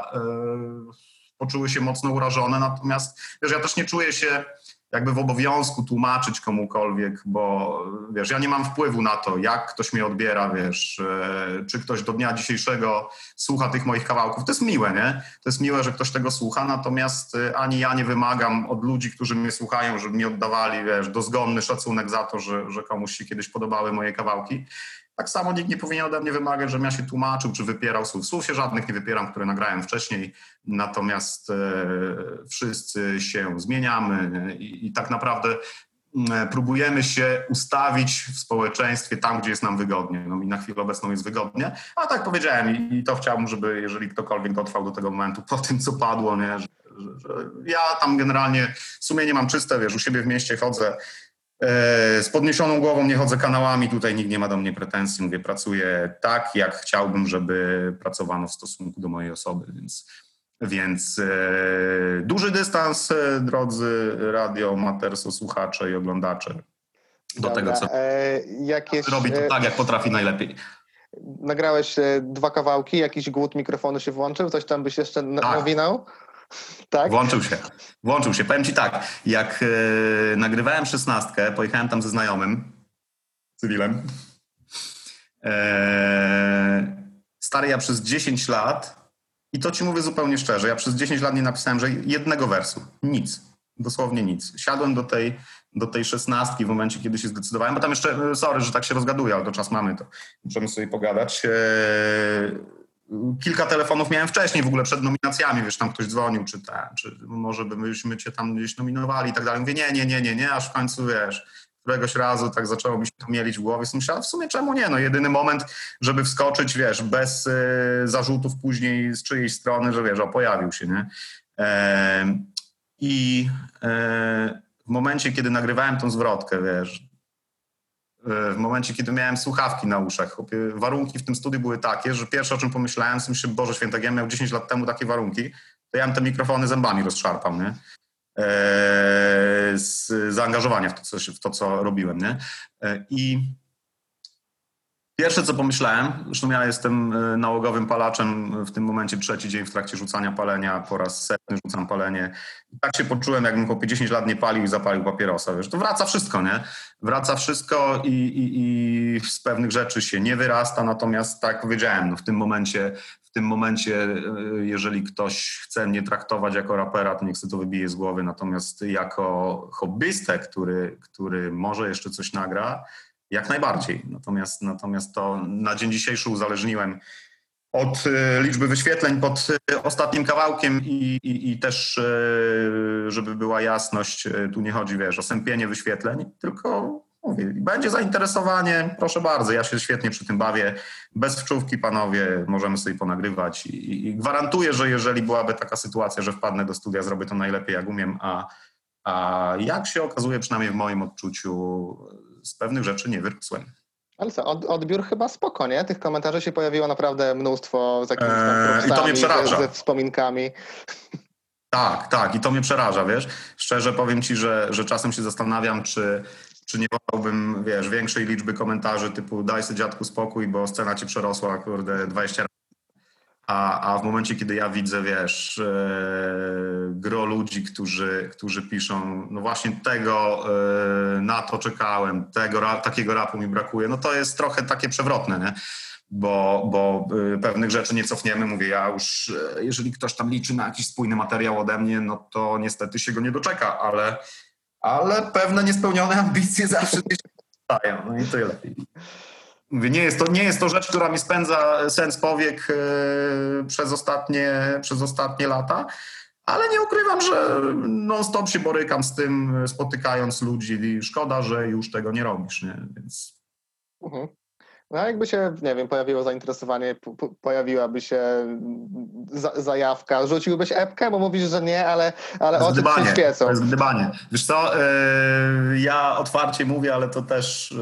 poczuły się mocno urażone, natomiast wiesz, ja też nie czuję się jakby w obowiązku tłumaczyć komukolwiek, bo wiesz, ja nie mam wpływu na to, jak ktoś mnie odbiera, wiesz, czy ktoś do dnia dzisiejszego słucha tych moich kawałków. To jest miłe, nie? To jest miłe, że ktoś tego słucha, natomiast ani ja nie wymagam od ludzi, którzy mnie słuchają, żeby mi oddawali, wiesz, dozgonny szacunek za to, że komuś się kiedyś podobały moje kawałki. Tak samo nikt nie powinien ode mnie wymagać, żebym ja się tłumaczył, czy wypierał słów. Słów się żadnych nie wypieram, które nagrałem wcześniej, natomiast wszyscy się zmieniamy i tak naprawdę próbujemy się ustawić w społeczeństwie tam, gdzie jest nam wygodnie. No mi na chwilę obecną jest wygodnie, a tak powiedziałem i to chciałbym, żeby jeżeli ktokolwiek dotrwał do tego momentu po tym, co padło, nie, że ja tam generalnie sumienie mam czyste, wiesz, u siebie w mieście chodzę, z podniesioną głową, nie chodzę kanałami, tutaj nikt nie ma do mnie pretensji, mówię, pracuję tak, jak chciałbym, żeby pracowano w stosunku do mojej osoby, więc duży dystans, drodzy Radio Materso, słuchacze i oglądacze, do tego, co robi to tak, jak potrafi najlepiej. Nagrałeś 2 kawałki, jakiś głód mikrofonu się włączył, coś tam byś jeszcze nawinął? Tak? Włączył się. Powiem ci tak, jak nagrywałem 16, pojechałem tam ze znajomym, cywilem. Stary, ja przez 10 lat, i to ci mówię zupełnie szczerze, ja przez 10 lat nie napisałem że jednego wersu. Nic. Dosłownie nic. Siadłem do tej 16 w momencie, kiedy się zdecydowałem, bo tam jeszcze, sorry, że tak się rozgaduję, ale to czas mamy, to możemy sobie pogadać. Kilka telefonów miałem wcześniej, w ogóle przed nominacjami, wiesz, tam ktoś dzwonił, czy może byśmy cię tam gdzieś nominowali i tak dalej. Mówię, nie, aż w końcu, wiesz, któregoś razu tak zaczęło mi się to mielić w głowie. Myślałem, w sumie czemu nie? No jedyny moment, żeby wskoczyć, wiesz, bez zarzutów później z czyjejś strony, że wiesz, pojawił się, nie? W momencie, kiedy nagrywałem tą zwrotkę, wiesz, w momencie, kiedy miałem słuchawki na uszach, warunki w tym studiu były takie, że pierwsze, o czym pomyślałem, sobie myślę, Boże Święty, jak ja miał 10 lat temu takie warunki, to ja bym te mikrofony zębami rozszarpał, nie? Z zaangażowania w to, co robiłem, nie? I pierwsze, co pomyślałem, zresztą ja jestem nałogowym palaczem, w tym momencie 3. dzień w trakcie rzucania palenia, po raz 100 rzucam palenie. I tak się poczułem, jakbym po 10 lat nie palił i zapalił papierosa. Wiesz, to wraca wszystko, nie? Wraca wszystko i z pewnych rzeczy się nie wyrasta, natomiast tak jak powiedziałem, no w tym momencie, jeżeli ktoś chce mnie traktować jako rapera, to niech sobie to wybije z głowy, natomiast jako hobbystę, który może jeszcze coś nagra, jak najbardziej. Natomiast to na dzień dzisiejszy uzależniłem od liczby wyświetleń pod ostatnim kawałkiem i też, żeby była jasność, tu nie chodzi, wiesz, o sępienie wyświetleń, tylko mówię, będzie zainteresowanie, proszę bardzo, ja się świetnie przy tym bawię, bez wczówki, panowie, możemy sobie ponagrywać i gwarantuję, że jeżeli byłaby taka sytuacja, że wpadnę do studia, zrobię to najlepiej jak umiem, a jak się okazuje, przynajmniej w moim odczuciu, z pewnych rzeczy nie wyrosłem. Ale co, odbiór chyba spoko, nie? Tych komentarzy się pojawiło naprawdę mnóstwo z jakimiś tam i to mnie przeraża. ze wspominkami. Tak, i to mnie przeraża, wiesz. Szczerze powiem ci, że czasem się zastanawiam, czy nie wolałbym, wiesz, większej liczby komentarzy typu daj sobie dziadku spokój, bo scena ci przerosła, kurde, 20 razy. A w momencie, kiedy ja widzę, wiesz, gro ludzi, którzy piszą, no właśnie tego, na to czekałem, takiego rapu mi brakuje, no to jest trochę takie przewrotne, nie? Bo pewnych rzeczy nie cofniemy. Mówię, ja już, jeżeli ktoś tam liczy na jakiś spójny materiał ode mnie, no to niestety się go nie doczeka, ale pewne niespełnione ambicje zawsze gdzieś stają, no i tyle. Mówię, nie jest to rzecz, która mi spędza sens powiek przez ostatnie lata, ale nie ukrywam, że non-stop się borykam z tym, spotykając ludzi i szkoda, że już tego nie robisz, nie? Więc... No jakby się, nie wiem, pojawiło zainteresowanie, pojawiłaby się zajawka, rzuciłbyś epkę, bo mówisz, że nie, ale oczy się świecą. To jest gdybanie. Wiesz co, ja otwarcie mówię, ale to też...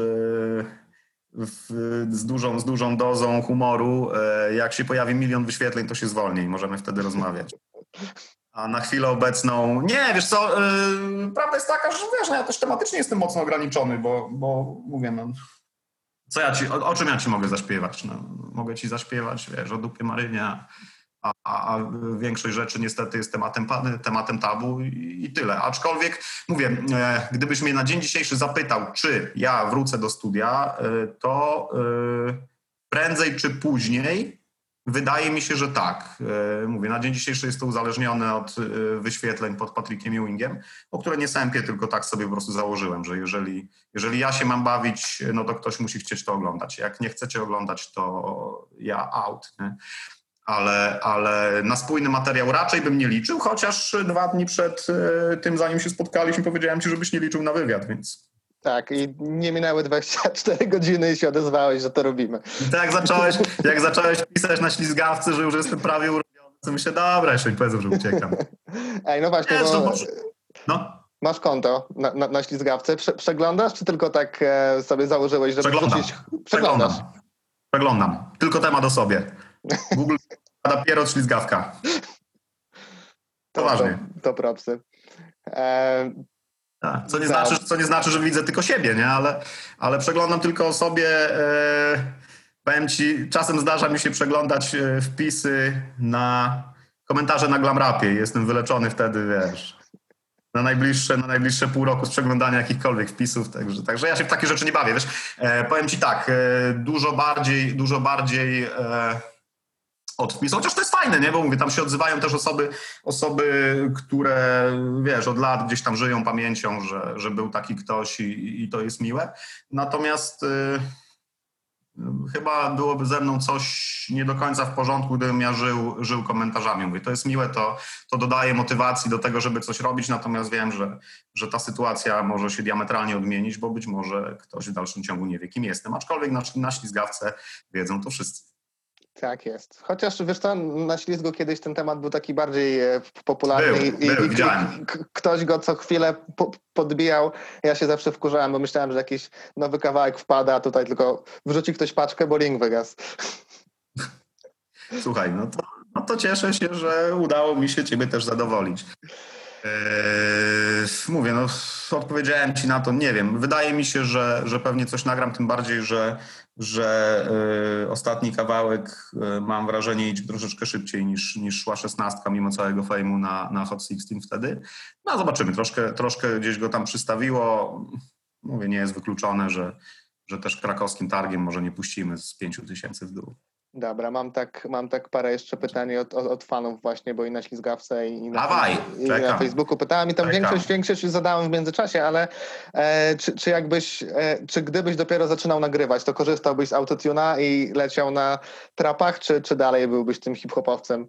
z dużą dozą humoru. Jak się pojawi 1 milion wyświetleń, to się zwolni i możemy wtedy rozmawiać. A na chwilę obecną... Nie, wiesz co, prawda jest taka, że wiesz, ja też tematycznie jestem mocno ograniczony, bo mówię, no... O czym ja ci mogę zaśpiewać? No, mogę ci zaśpiewać, wiesz, o dupie Marynia, a większość rzeczy niestety jest tematem tabu i tyle. Aczkolwiek, mówię, gdybyś mnie na dzień dzisiejszy zapytał, czy ja wrócę do studia, to prędzej czy później wydaje mi się, że tak. Mówię, na dzień dzisiejszy jest to uzależnione od wyświetleń pod Patrickiem Ewingiem, o które nie sępię, tylko tak sobie po prostu założyłem, że jeżeli ja się mam bawić, no to ktoś musi chcieć to oglądać. Jak nie chcecie oglądać, to ja out, nie? Ale na spójny materiał raczej bym nie liczył, chociaż 2 dni przed tym, zanim się spotkaliśmy, powiedziałem ci, żebyś nie liczył na wywiad, więc... Tak, i nie minęły 24 godziny i się odezwałeś, że to robimy. I tak jak zacząłeś pisać na ślizgawce, że już jestem prawie urobiony, to myślę, dobra, jeszcze mi powiedzą, że uciekam. Ej, no właśnie, bo no. Masz konto na ślizgawce. Przeglądasz, czy tylko tak sobie założyłeś, żeby wrzucić? Przeglądam. Tylko temat o sobie. Google pada pierot ślizgawka. Poważnie. To propsy. Tak. Co nie znaczy, że widzę tylko siebie, nie? Ale przeglądam tylko o sobie. Powiem ci, czasem zdarza mi się przeglądać wpisy na komentarze na Glam Rapie. Jestem wyleczony wtedy, wiesz, na najbliższe pół roku z przeglądania jakichkolwiek wpisów, także ja się w takie rzeczy nie bawię, wiesz. Powiem ci tak, dużo bardziej od wpisu, chociaż to jest fajne, nie? Bo mówię, tam się odzywają też osoby, które, wiesz, od lat gdzieś tam żyją pamięcią, że był taki ktoś i to jest miłe. Natomiast chyba byłoby ze mną coś nie do końca w porządku, gdybym ja żył komentarzami. Mówię, to jest miłe, to dodaje motywacji do tego, żeby coś robić, natomiast wiem, że ta sytuacja może się diametralnie odmienić, bo być może ktoś w dalszym ciągu nie wie, kim jestem. Aczkolwiek na ślizgawce wiedzą to wszyscy. Tak jest. Chociaż wiesz co, na ślizgu kiedyś ten temat był taki bardziej popularny Widziałem. Ktoś go co chwilę podbijał. Ja się zawsze wkurzałem, bo myślałem, że jakiś nowy kawałek wpada, a tutaj tylko wrzuci ktoś paczkę, bo link wygasł. Słuchaj, no to cieszę się, że udało mi się ciebie też zadowolić. Mówię, no odpowiedziałem ci na to, nie wiem. Wydaje mi się, że pewnie coś nagram, tym bardziej, że ostatni kawałek, mam wrażenie, idzie troszeczkę szybciej niż szła 16, mimo całego fejmu na Hot 16 wtedy. No zobaczymy, troszkę gdzieś go tam przystawiło. Mówię, nie jest wykluczone, że też krakowskim targiem może nie puścimy z 5000 w dół. Dobra, mam tak parę jeszcze pytań od fanów właśnie, bo i na ślizgawce i na Facebooku pytałem i tam większość już zadałem w międzyczasie, ale czy gdybyś dopiero zaczynał nagrywać, to korzystałbyś z autotuna i leciał na trapach, czy dalej byłbyś tym hip-hopowcem?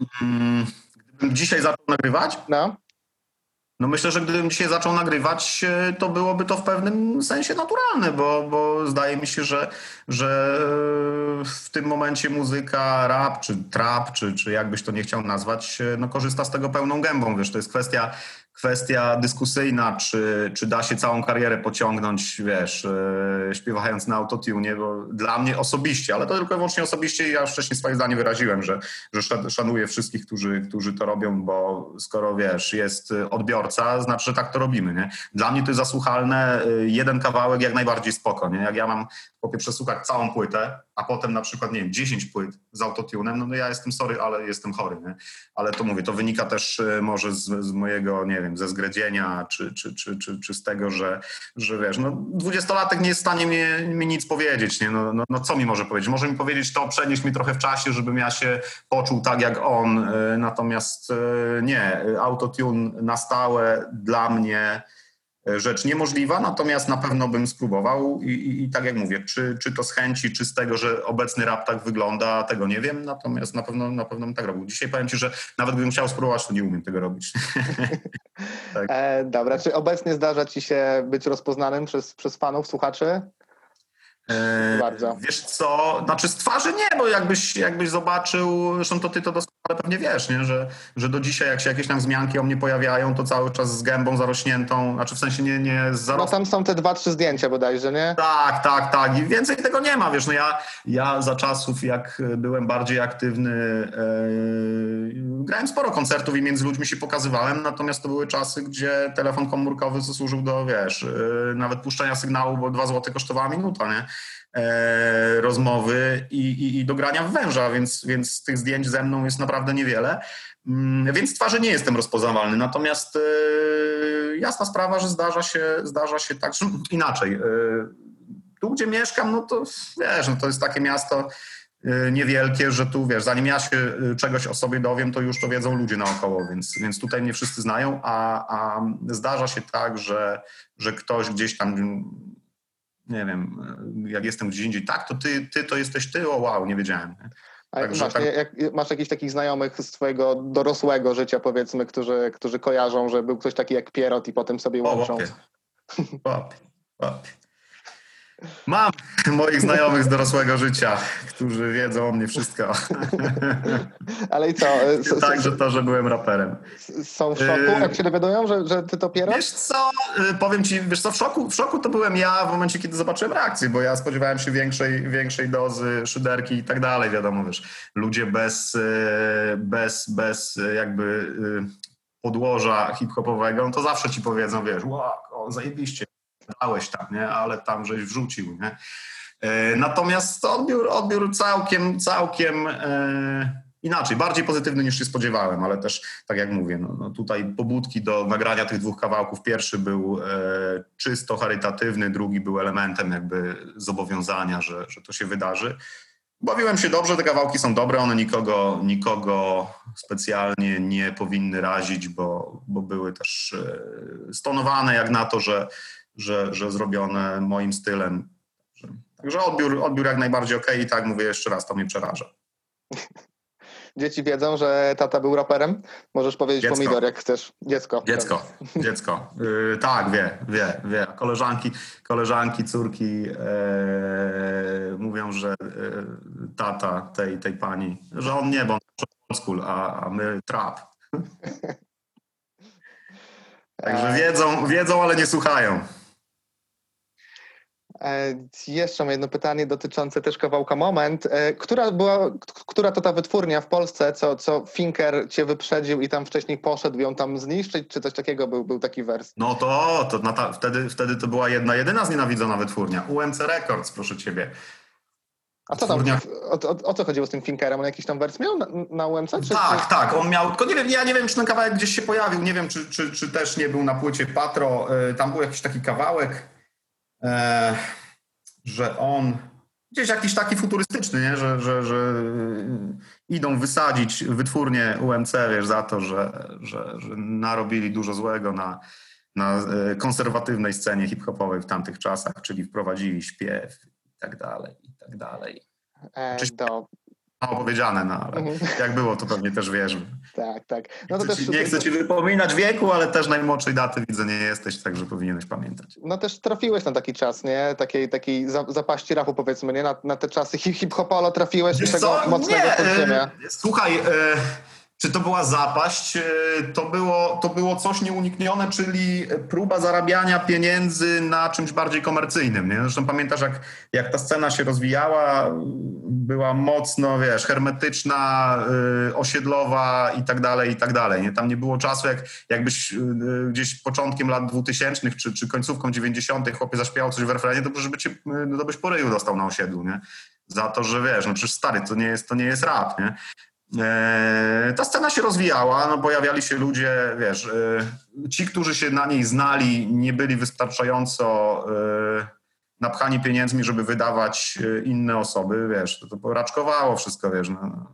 Gdybym dzisiaj zaczął nagrywać? No myślę, że gdybym dzisiaj zaczął nagrywać, to byłoby to w pewnym sensie naturalne, bo zdaje mi się, że w tym momencie muzyka rap, czy trap, czy jakbyś to nie chciał nazwać, no korzysta z tego pełną gębą, wiesz, to jest kwestia dyskusyjna, czy da się całą karierę pociągnąć, wiesz, śpiewając na autotune, bo dla mnie osobiście, ale to tylko i wyłącznie osobiście, ja już wcześniej swoje zdanie wyraziłem, że szanuję wszystkich, którzy to robią, bo skoro, wiesz, jest odbiorca, znaczy, że tak to robimy, nie? Dla mnie to jest zasłuchalne, jeden kawałek jak najbardziej spoko, nie? Jak ja mam przesłuchać całą płytę, a potem na przykład, nie wiem, 10 płyt z autotunem, no ja jestem sorry, ale jestem chory, nie? Ale to mówię, to wynika też może z mojego, nie wiem, ze zgredzienia, czy z tego, że wiesz, no 20-latek nie jest w stanie mi nic powiedzieć, nie? No co mi może powiedzieć? Może mi powiedzieć to, przenieść mnie trochę w czasie, żebym ja się poczuł tak jak on, natomiast nie, autotune na stałe dla mnie rzecz niemożliwa, natomiast na pewno bym spróbował i tak jak mówię, czy to z chęci, czy z tego, że obecny rap tak wygląda, tego nie wiem, natomiast na pewno bym tak robił. Dzisiaj powiem ci, że nawet gdybym chciał spróbować, to nie umiem tego robić. Tak. Dobra, czy obecnie zdarza ci się być rozpoznanym przez fanów, słuchaczy? Bardzo. Wiesz co, znaczy z twarzy nie, bo jakbyś zobaczył, zresztą to ty to doskonale pewnie wiesz, nie? Że do dzisiaj jak się jakieś tam wzmianki o mnie pojawiają, to cały czas z gębą zarośniętą, znaczy w sensie nie z zarostem. No tam są te 2-3 zdjęcia bodajże, nie? Tak i więcej tego nie ma, wiesz, no ja za czasów jak byłem bardziej aktywny, grałem sporo koncertów i między ludźmi się pokazywałem, natomiast to były czasy, gdzie telefon komórkowy służył do, wiesz, nawet puszczenia sygnału, bo 2 zł kosztowała minuta, nie? Rozmowy i do grania w węża, więc tych zdjęć ze mną jest naprawdę niewiele, więc twarzy nie jestem rozpoznawalny, natomiast jasna sprawa, że zdarza się tak, że inaczej. Tu, gdzie mieszkam, no to wiesz, no to jest takie miasto niewielkie, że tu, wiesz, zanim ja się czegoś o sobie dowiem, to już to wiedzą ludzie naokoło, więc tutaj mnie wszyscy znają, a zdarza się tak, że ktoś gdzieś tam, nie wiem, jak jestem gdzieś indziej, tak, to ty to jesteś ty, o wow, nie wiedziałem. Nie? Także, masz jakichś takich znajomych z twojego dorosłego życia, powiedzmy, którzy kojarzą, że był ktoś taki jak Pierrot i potem sobie łączą? Łapie. Mam moich znajomych z dorosłego życia, którzy wiedzą o mnie wszystko. Ale i co? Także to, że byłem raperem. Są w szoku, jak się dowiadują, że ty to Pierrot? Wiesz co, powiem ci, w szoku to byłem ja w momencie, kiedy zobaczyłem reakcję, bo ja spodziewałem się większej dozy szyderki i tak dalej, wiadomo, wiesz, ludzie bez jakby podłoża hip-hopowego, no to zawsze ci powiedzą, wiesz, wow, zajebiście, dałeś tam, nie, ale tam żeś wrzucił, nie. Natomiast odbiór całkiem inaczej, bardziej pozytywny niż się spodziewałem, ale też, tak jak mówię, no tutaj pobudki do nagrania tych 2 kawałków. Pierwszy był czysto charytatywny, drugi był elementem jakby zobowiązania, że to się wydarzy. Bawiłem się dobrze, te kawałki są dobre, one nikogo specjalnie nie powinny razić, bo były też stonowane jak na to, że zrobione moim stylem. Także odbiór jak najbardziej okej i tak mówię jeszcze raz, to mnie przeraża. Dzieci wiedzą, że tata był raperem? Możesz powiedzieć Dziecko. pomidor, jak chcesz. Dziecko. Dziecko. Tak, wie. Koleżanki, córki mówią, że tata tej pani, że on nie, bo on old school, a my trap. Także wiedzą, ale nie słuchają. Jeszcze mam jedno pytanie dotyczące też kawałka Moment. Która to ta wytwórnia w Polsce, co Finker cię wyprzedził i tam wcześniej poszedł ją tam zniszczyć, czy coś takiego był taki wers? No wtedy to była jedyna znienawidzona wytwórnia. UMC Records, proszę ciebie. A co tam, o co chodziło z tym Finkerem? On jakiś tam wers miał na UMC? Tak, on miał, tylko ja nie wiem, czy ten kawałek gdzieś się pojawił, nie wiem, czy też nie był na płycie Patro. Tam był jakiś taki kawałek, że on gdzieś jakiś taki futurystyczny, nie? Że idą wysadzić wytwórnię UMC, wiesz, za to, że narobili dużo złego na konserwatywnej scenie hip-hopowej w tamtych czasach, czyli wprowadzili śpiew i tak dalej. Opowiedziane, no ale jak było, to pewnie też wiesz. Tak. No to nie chcę ci wypominać wieku, ale też najmłodszej daty widzę nie jesteś, także powinieneś pamiętać. No też trafiłeś na taki czas, nie? Takiej zapaści rapu, powiedzmy, nie? Na te czasy hip-hopolo trafiłeś i tego mocnego podziemia. Słuchaj, czy to była zapaść? To było coś nieuniknione, czyli próba zarabiania pieniędzy na czymś bardziej komercyjnym. Nie? Zresztą pamiętasz, jak ta scena się rozwijała, była mocno, wiesz, hermetyczna, osiedlowa i tak dalej. Nie? Tam nie było czasu, jakbyś gdzieś początkiem lat 2000 czy końcówką 90. chłopie zaśpiewał coś w refrenie, to byś po ryju dostał na osiedlu, nie? Za to, że wiesz, no przecież stary, to nie jest rap, nie? Ta scena się rozwijała, no pojawiali się ludzie, wiesz, ci, którzy się na niej znali, nie byli wystarczająco napchani pieniędzmi, żeby wydawać inne osoby, wiesz, to raczkowało wszystko, wiesz, no.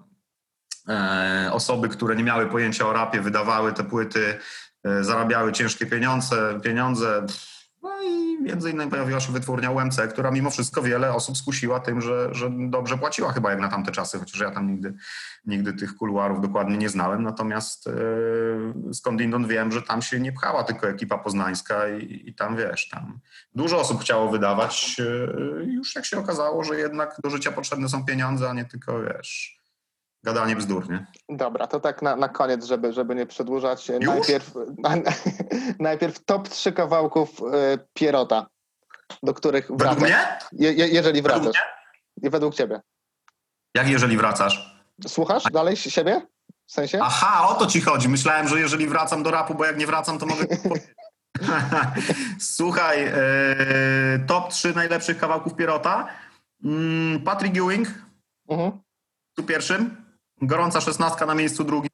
Osoby, które nie miały pojęcia o rapie, wydawały te płyty, zarabiały ciężkie pieniądze. No i między innymi pojawiła się wytwórnia UMC, która mimo wszystko wiele osób skusiła tym, że dobrze płaciła chyba jak na tamte czasy, chociaż ja tam nigdy tych kuluarów dokładnie nie znałem, natomiast skądinąd wiem, że tam się nie pchała tylko ekipa poznańska i tam wiesz, tam dużo osób chciało wydawać, już jak się okazało, że jednak do życia potrzebne są pieniądze, a nie tylko wiesz, gadanie bzdur, nie? Dobra, to tak na koniec, żeby nie przedłużać. Najpierw top 3 kawałków Pierrota, do których wracasz. Według mnie? Jeżeli wracasz. Według ciebie. Jak jeżeli wracasz? Słuchasz dalej siebie? W sensie? Aha, o to ci chodzi. Myślałem, że jeżeli wracam do rapu, bo jak nie wracam, to mogę... Słuchaj, top 3 najlepszych kawałków Pierrota. Patrick Ewing. Tu pierwszym. Gorąca 16 na miejscu drugim.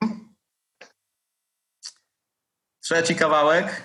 Trzeci kawałek.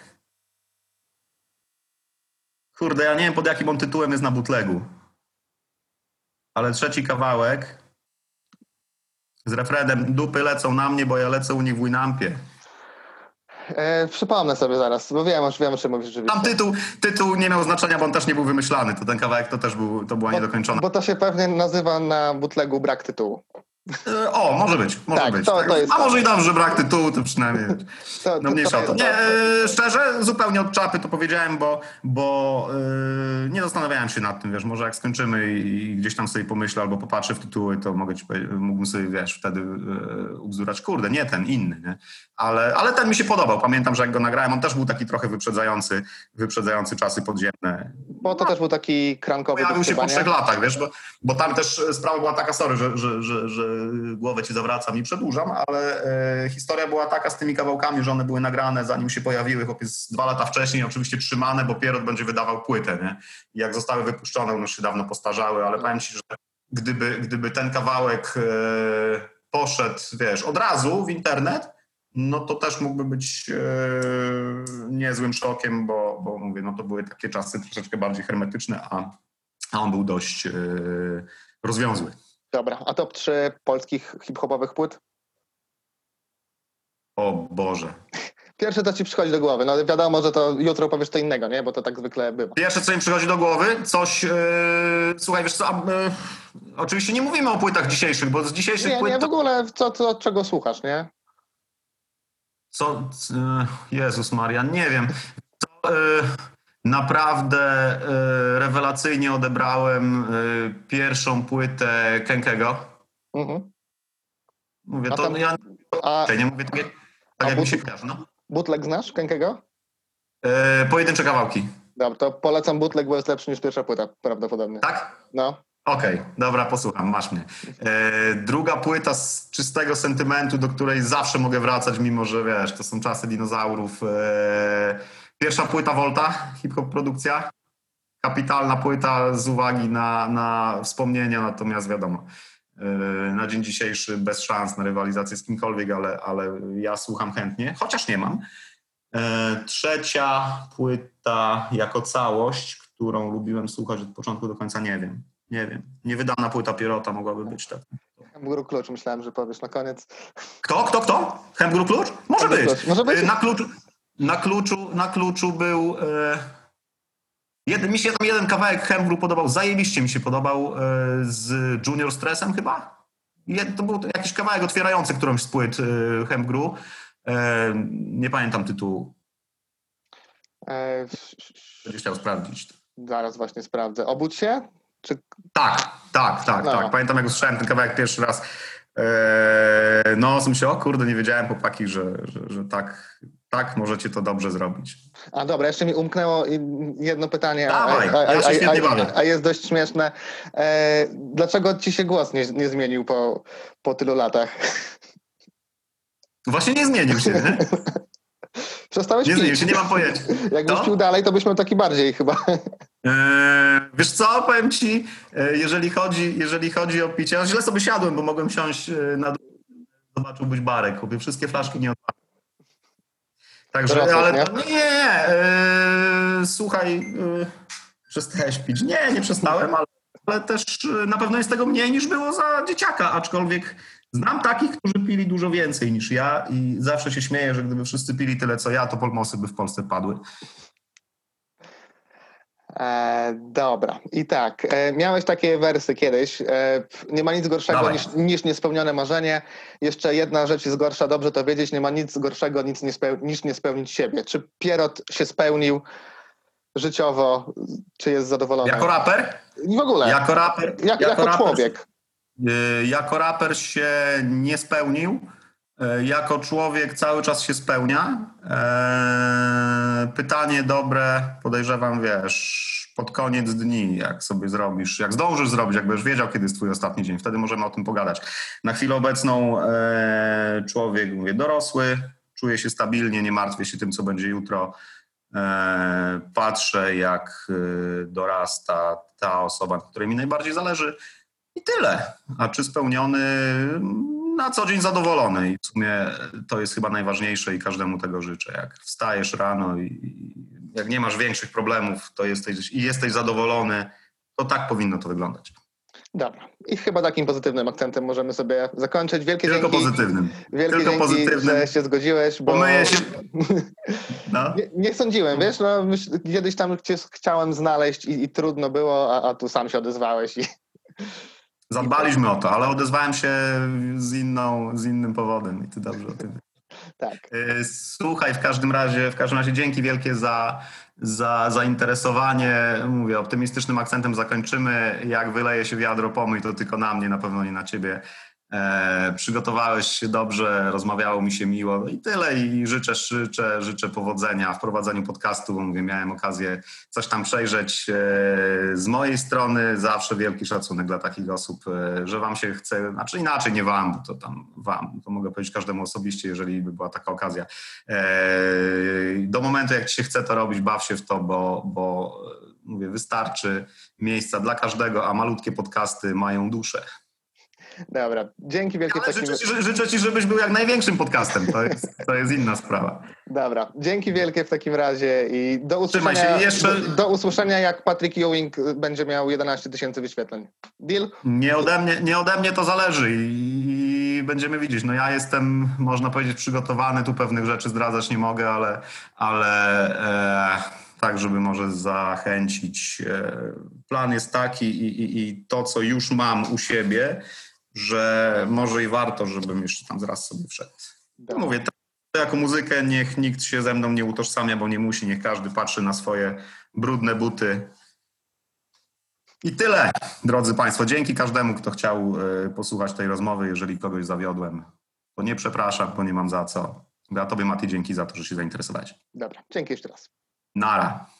Kurde, ja nie wiem, pod jakim on tytułem jest na bootlegu. Ale trzeci kawałek z refrenem dupy lecą na mnie, bo ja lecę u nich w Winampie. Przypomnę sobie zaraz, bo wiem, o czym mówisz rzeczywiście. Tam tytuł nie miał znaczenia, bo on też nie był wymyślany. To ten kawałek to była niedokończona. Bo to się pewnie nazywa na bootlegu brak tytułu. O, może być. To jest a może i dobrze, że brak tytułu, to przynajmniej. No mniejsza o to. Nie, szczerze, zupełnie od czapy to powiedziałem, bo nie zastanawiałem się nad tym, wiesz, może jak skończymy i gdzieś tam sobie pomyślę albo popatrzę w tytuły, to mógłbym sobie, wiesz, wtedy ubzdurać, kurde, nie ten, inny, nie? Ale ten mi się podobał. Pamiętam, że jak go nagrałem, on też był taki trochę wyprzedzający czasy podziemne. Bo to też był taki krankowy. Pojawił się po 3 latach, wiesz, bo tam też sprawa była taka, sorry, że głowę ci zawracam i przedłużam, ale historia była taka z tymi kawałkami, że one były nagrane zanim się pojawiły, chłopiec 2 lata wcześniej, oczywiście trzymane, bo Pierrot będzie wydawał płytę, nie? I jak zostały wypuszczone, one już się dawno postarzały, ale powiem ci, że gdyby ten kawałek poszedł, wiesz, od razu w internet, no to też mógłby być niezłym szokiem, bo mówię, no to były takie czasy troszeczkę bardziej hermetyczne, a on był dość rozwiązły. Dobra, a top 3 polskich hip-hopowych płyt? O Boże. Pierwsze, co ci przychodzi do głowy. No wiadomo, że to jutro powiesz co innego, nie? Bo to tak zwykle bywa. Pierwsze, co mi przychodzi do głowy, coś, słuchaj, wiesz co, oczywiście nie mówimy o płytach dzisiejszych, bo z dzisiejszych płyt... Nie, w ogóle czego słuchasz, nie? Jezus Maria, nie wiem. Naprawdę rewelacyjnie odebrałem pierwszą płytę Kenkego. Mhm. Mówię, A to tam- ja A nie mówię tak jak mi się kojarzy, no. bootleg znasz Kenkego? Pojedyncze kawałki, Dobra, to polecam bootleg, bo jest lepszy niż pierwsza płyta, prawdopodobnie. tak? No. Okej, dobra, posłucham, masz mnie. Druga płyta z czystego sentymentu, do której zawsze mogę wracać, mimo że wiesz, to są czasy dinozaurów. Pierwsza płyta Volta, hip-hop produkcja. Kapitalna płyta z uwagi na wspomnienia, natomiast wiadomo, na dzień dzisiejszy bez szans na rywalizację z kimkolwiek, ale ja słucham chętnie, chociaż nie mam. Trzecia płyta jako całość, którą lubiłem słuchać od początku do końca, nie wiem. Niewydana płyta Pierrota mogłaby być tak. Guru Klucz, myślałem, że powiesz na koniec. Kto? Hemgru Klucz? Może Hemgru być. Klucz, może być. Na kluczu był... mi się tam jeden kawałek Hemgru podobał, zajebiście mi się podobał z Junior Stressem chyba. To był jakiś kawałek otwierający którąś z płyt Hemgru. Nie pamiętam tytułu. Będę chciał sprawdzić. Zaraz właśnie sprawdzę. Obudź się? Czy... Tak. No. Pamiętam, jak usłyszałem ten kawałek pierwszy raz. No, myślę, o kurde, nie wiedziałem, chłopaki, że tak możecie to dobrze zrobić. A dobra, jeszcze mi umknęło jedno pytanie, Dawaj, ja się świetnie bawię. a jest dość śmieszne. Dlaczego ci się głos nie zmienił po tylu latach? Właśnie nie zmienił się, nie? Przestałeś Nie pić. zmienił się, nie mam pojęcia. Jakbyś pił dalej, to byś miał taki bardziej chyba. Wiesz co, powiem ci, jeżeli chodzi o picie, ja źle sobie siadłem, bo mogłem siąść na dół, zobaczyłbyś barek, chłopie, wszystkie flaszki nie odpadły. Także, Dorosłeś, ale nie? nie, słuchaj, przestałeś pić. Nie przestałem, ale też na pewno jest tego mniej niż było za dzieciaka, aczkolwiek znam takich, którzy pili dużo więcej niż ja i zawsze się śmieję, że gdyby wszyscy pili tyle co ja, to polmosy by w Polsce padły. Dobra. I tak, miałeś takie wersy kiedyś. Nie ma nic gorszego niż niespełnione marzenie. Jeszcze jedna rzecz jest gorsza, dobrze to wiedzieć. Nie ma nic gorszego niż nie spełnić siebie. Czy Pierrot się spełnił życiowo? Czy jest zadowolony? Jako raper? W ogóle. Jako raper. Jako człowiek. Jako raper się nie spełnił. Jako człowiek cały czas się spełnia. Pytanie dobre, podejrzewam, wiesz, pod koniec dni, jak sobie zrobisz, jak zdążysz zrobić, jak będziesz wiedział, kiedy jest twój ostatni dzień, wtedy możemy o tym pogadać. Na chwilę obecną człowiek, mówię, dorosły, czuje się stabilnie, nie martwię się tym, co będzie jutro. Patrzę, jak dorasta ta osoba, na której mi najbardziej zależy i tyle. A czy spełniony? Na co dzień zadowolony i w sumie to jest chyba najważniejsze i każdemu tego życzę. Jak wstajesz rano i jak nie masz większych problemów, to jesteś zadowolony, to tak powinno to wyglądać. Dobra. I chyba takim pozytywnym akcentem możemy sobie zakończyć. Wielkie Tylko dzięki. pozytywnym. Wielkie Tylko dzięki, pozytywnym. że się zgodziłeś, bo Pomyję się. No. nie sądziłem, wiesz, no, kiedyś tam cię chciałem znaleźć i trudno było, a tu sam się odezwałeś i... Zadbaliśmy o to, ale odezwałem się z innym powodem i ty dobrze o tym wiesz. Tak. Słuchaj, w każdym razie dzięki wielkie za zainteresowanie. Mówię, optymistycznym akcentem zakończymy. Jak wyleje się wiadro pomyj, to tylko na mnie, na pewno nie na ciebie. Przygotowałeś się dobrze, rozmawiało mi się miło i tyle. I życzę powodzenia w prowadzeniu podcastu, bo mówię, miałem okazję coś tam przejrzeć z mojej strony. Zawsze wielki szacunek dla takich osób, że wam się chce, znaczy inaczej, nie wam, bo to tam wam, to mogę powiedzieć każdemu osobiście, jeżeli by była taka okazja. Do momentu, jak ci się chce to robić, baw się w to, bo mówię, wystarczy miejsca dla każdego, a malutkie podcasty mają duszę. Dobra, dzięki wielkie w Ale takim... życzę ci, żebyś był jak największym podcastem. To jest inna sprawa. Dobra, dzięki wielkie w takim razie i do Trzymaj usłyszenia, się. Jeszcze do usłyszenia jak Patrick Ewing będzie miał 11 000 wyświetleń. Deal? nie ode mnie to zależy i będziemy widzieć. No ja jestem, można powiedzieć, przygotowany. Tu pewnych rzeczy zdradzać nie mogę, ale tak, żeby może zachęcić. Plan jest taki i to, co już mam u siebie, że może i warto, żebym jeszcze tam zaraz sobie wszedł. No mówię, to jako muzykę niech nikt się ze mną nie utożsamia, bo nie musi, niech każdy patrzy na swoje brudne buty. I tyle, drodzy Państwo. Dzięki każdemu, kto chciał posłuchać tej rozmowy. Jeżeli kogoś zawiodłem, to nie przepraszam, bo nie mam za co. A Tobie, Mati, dzięki za to, że się zainteresowałeś. Dobra, dzięki jeszcze raz. Nara.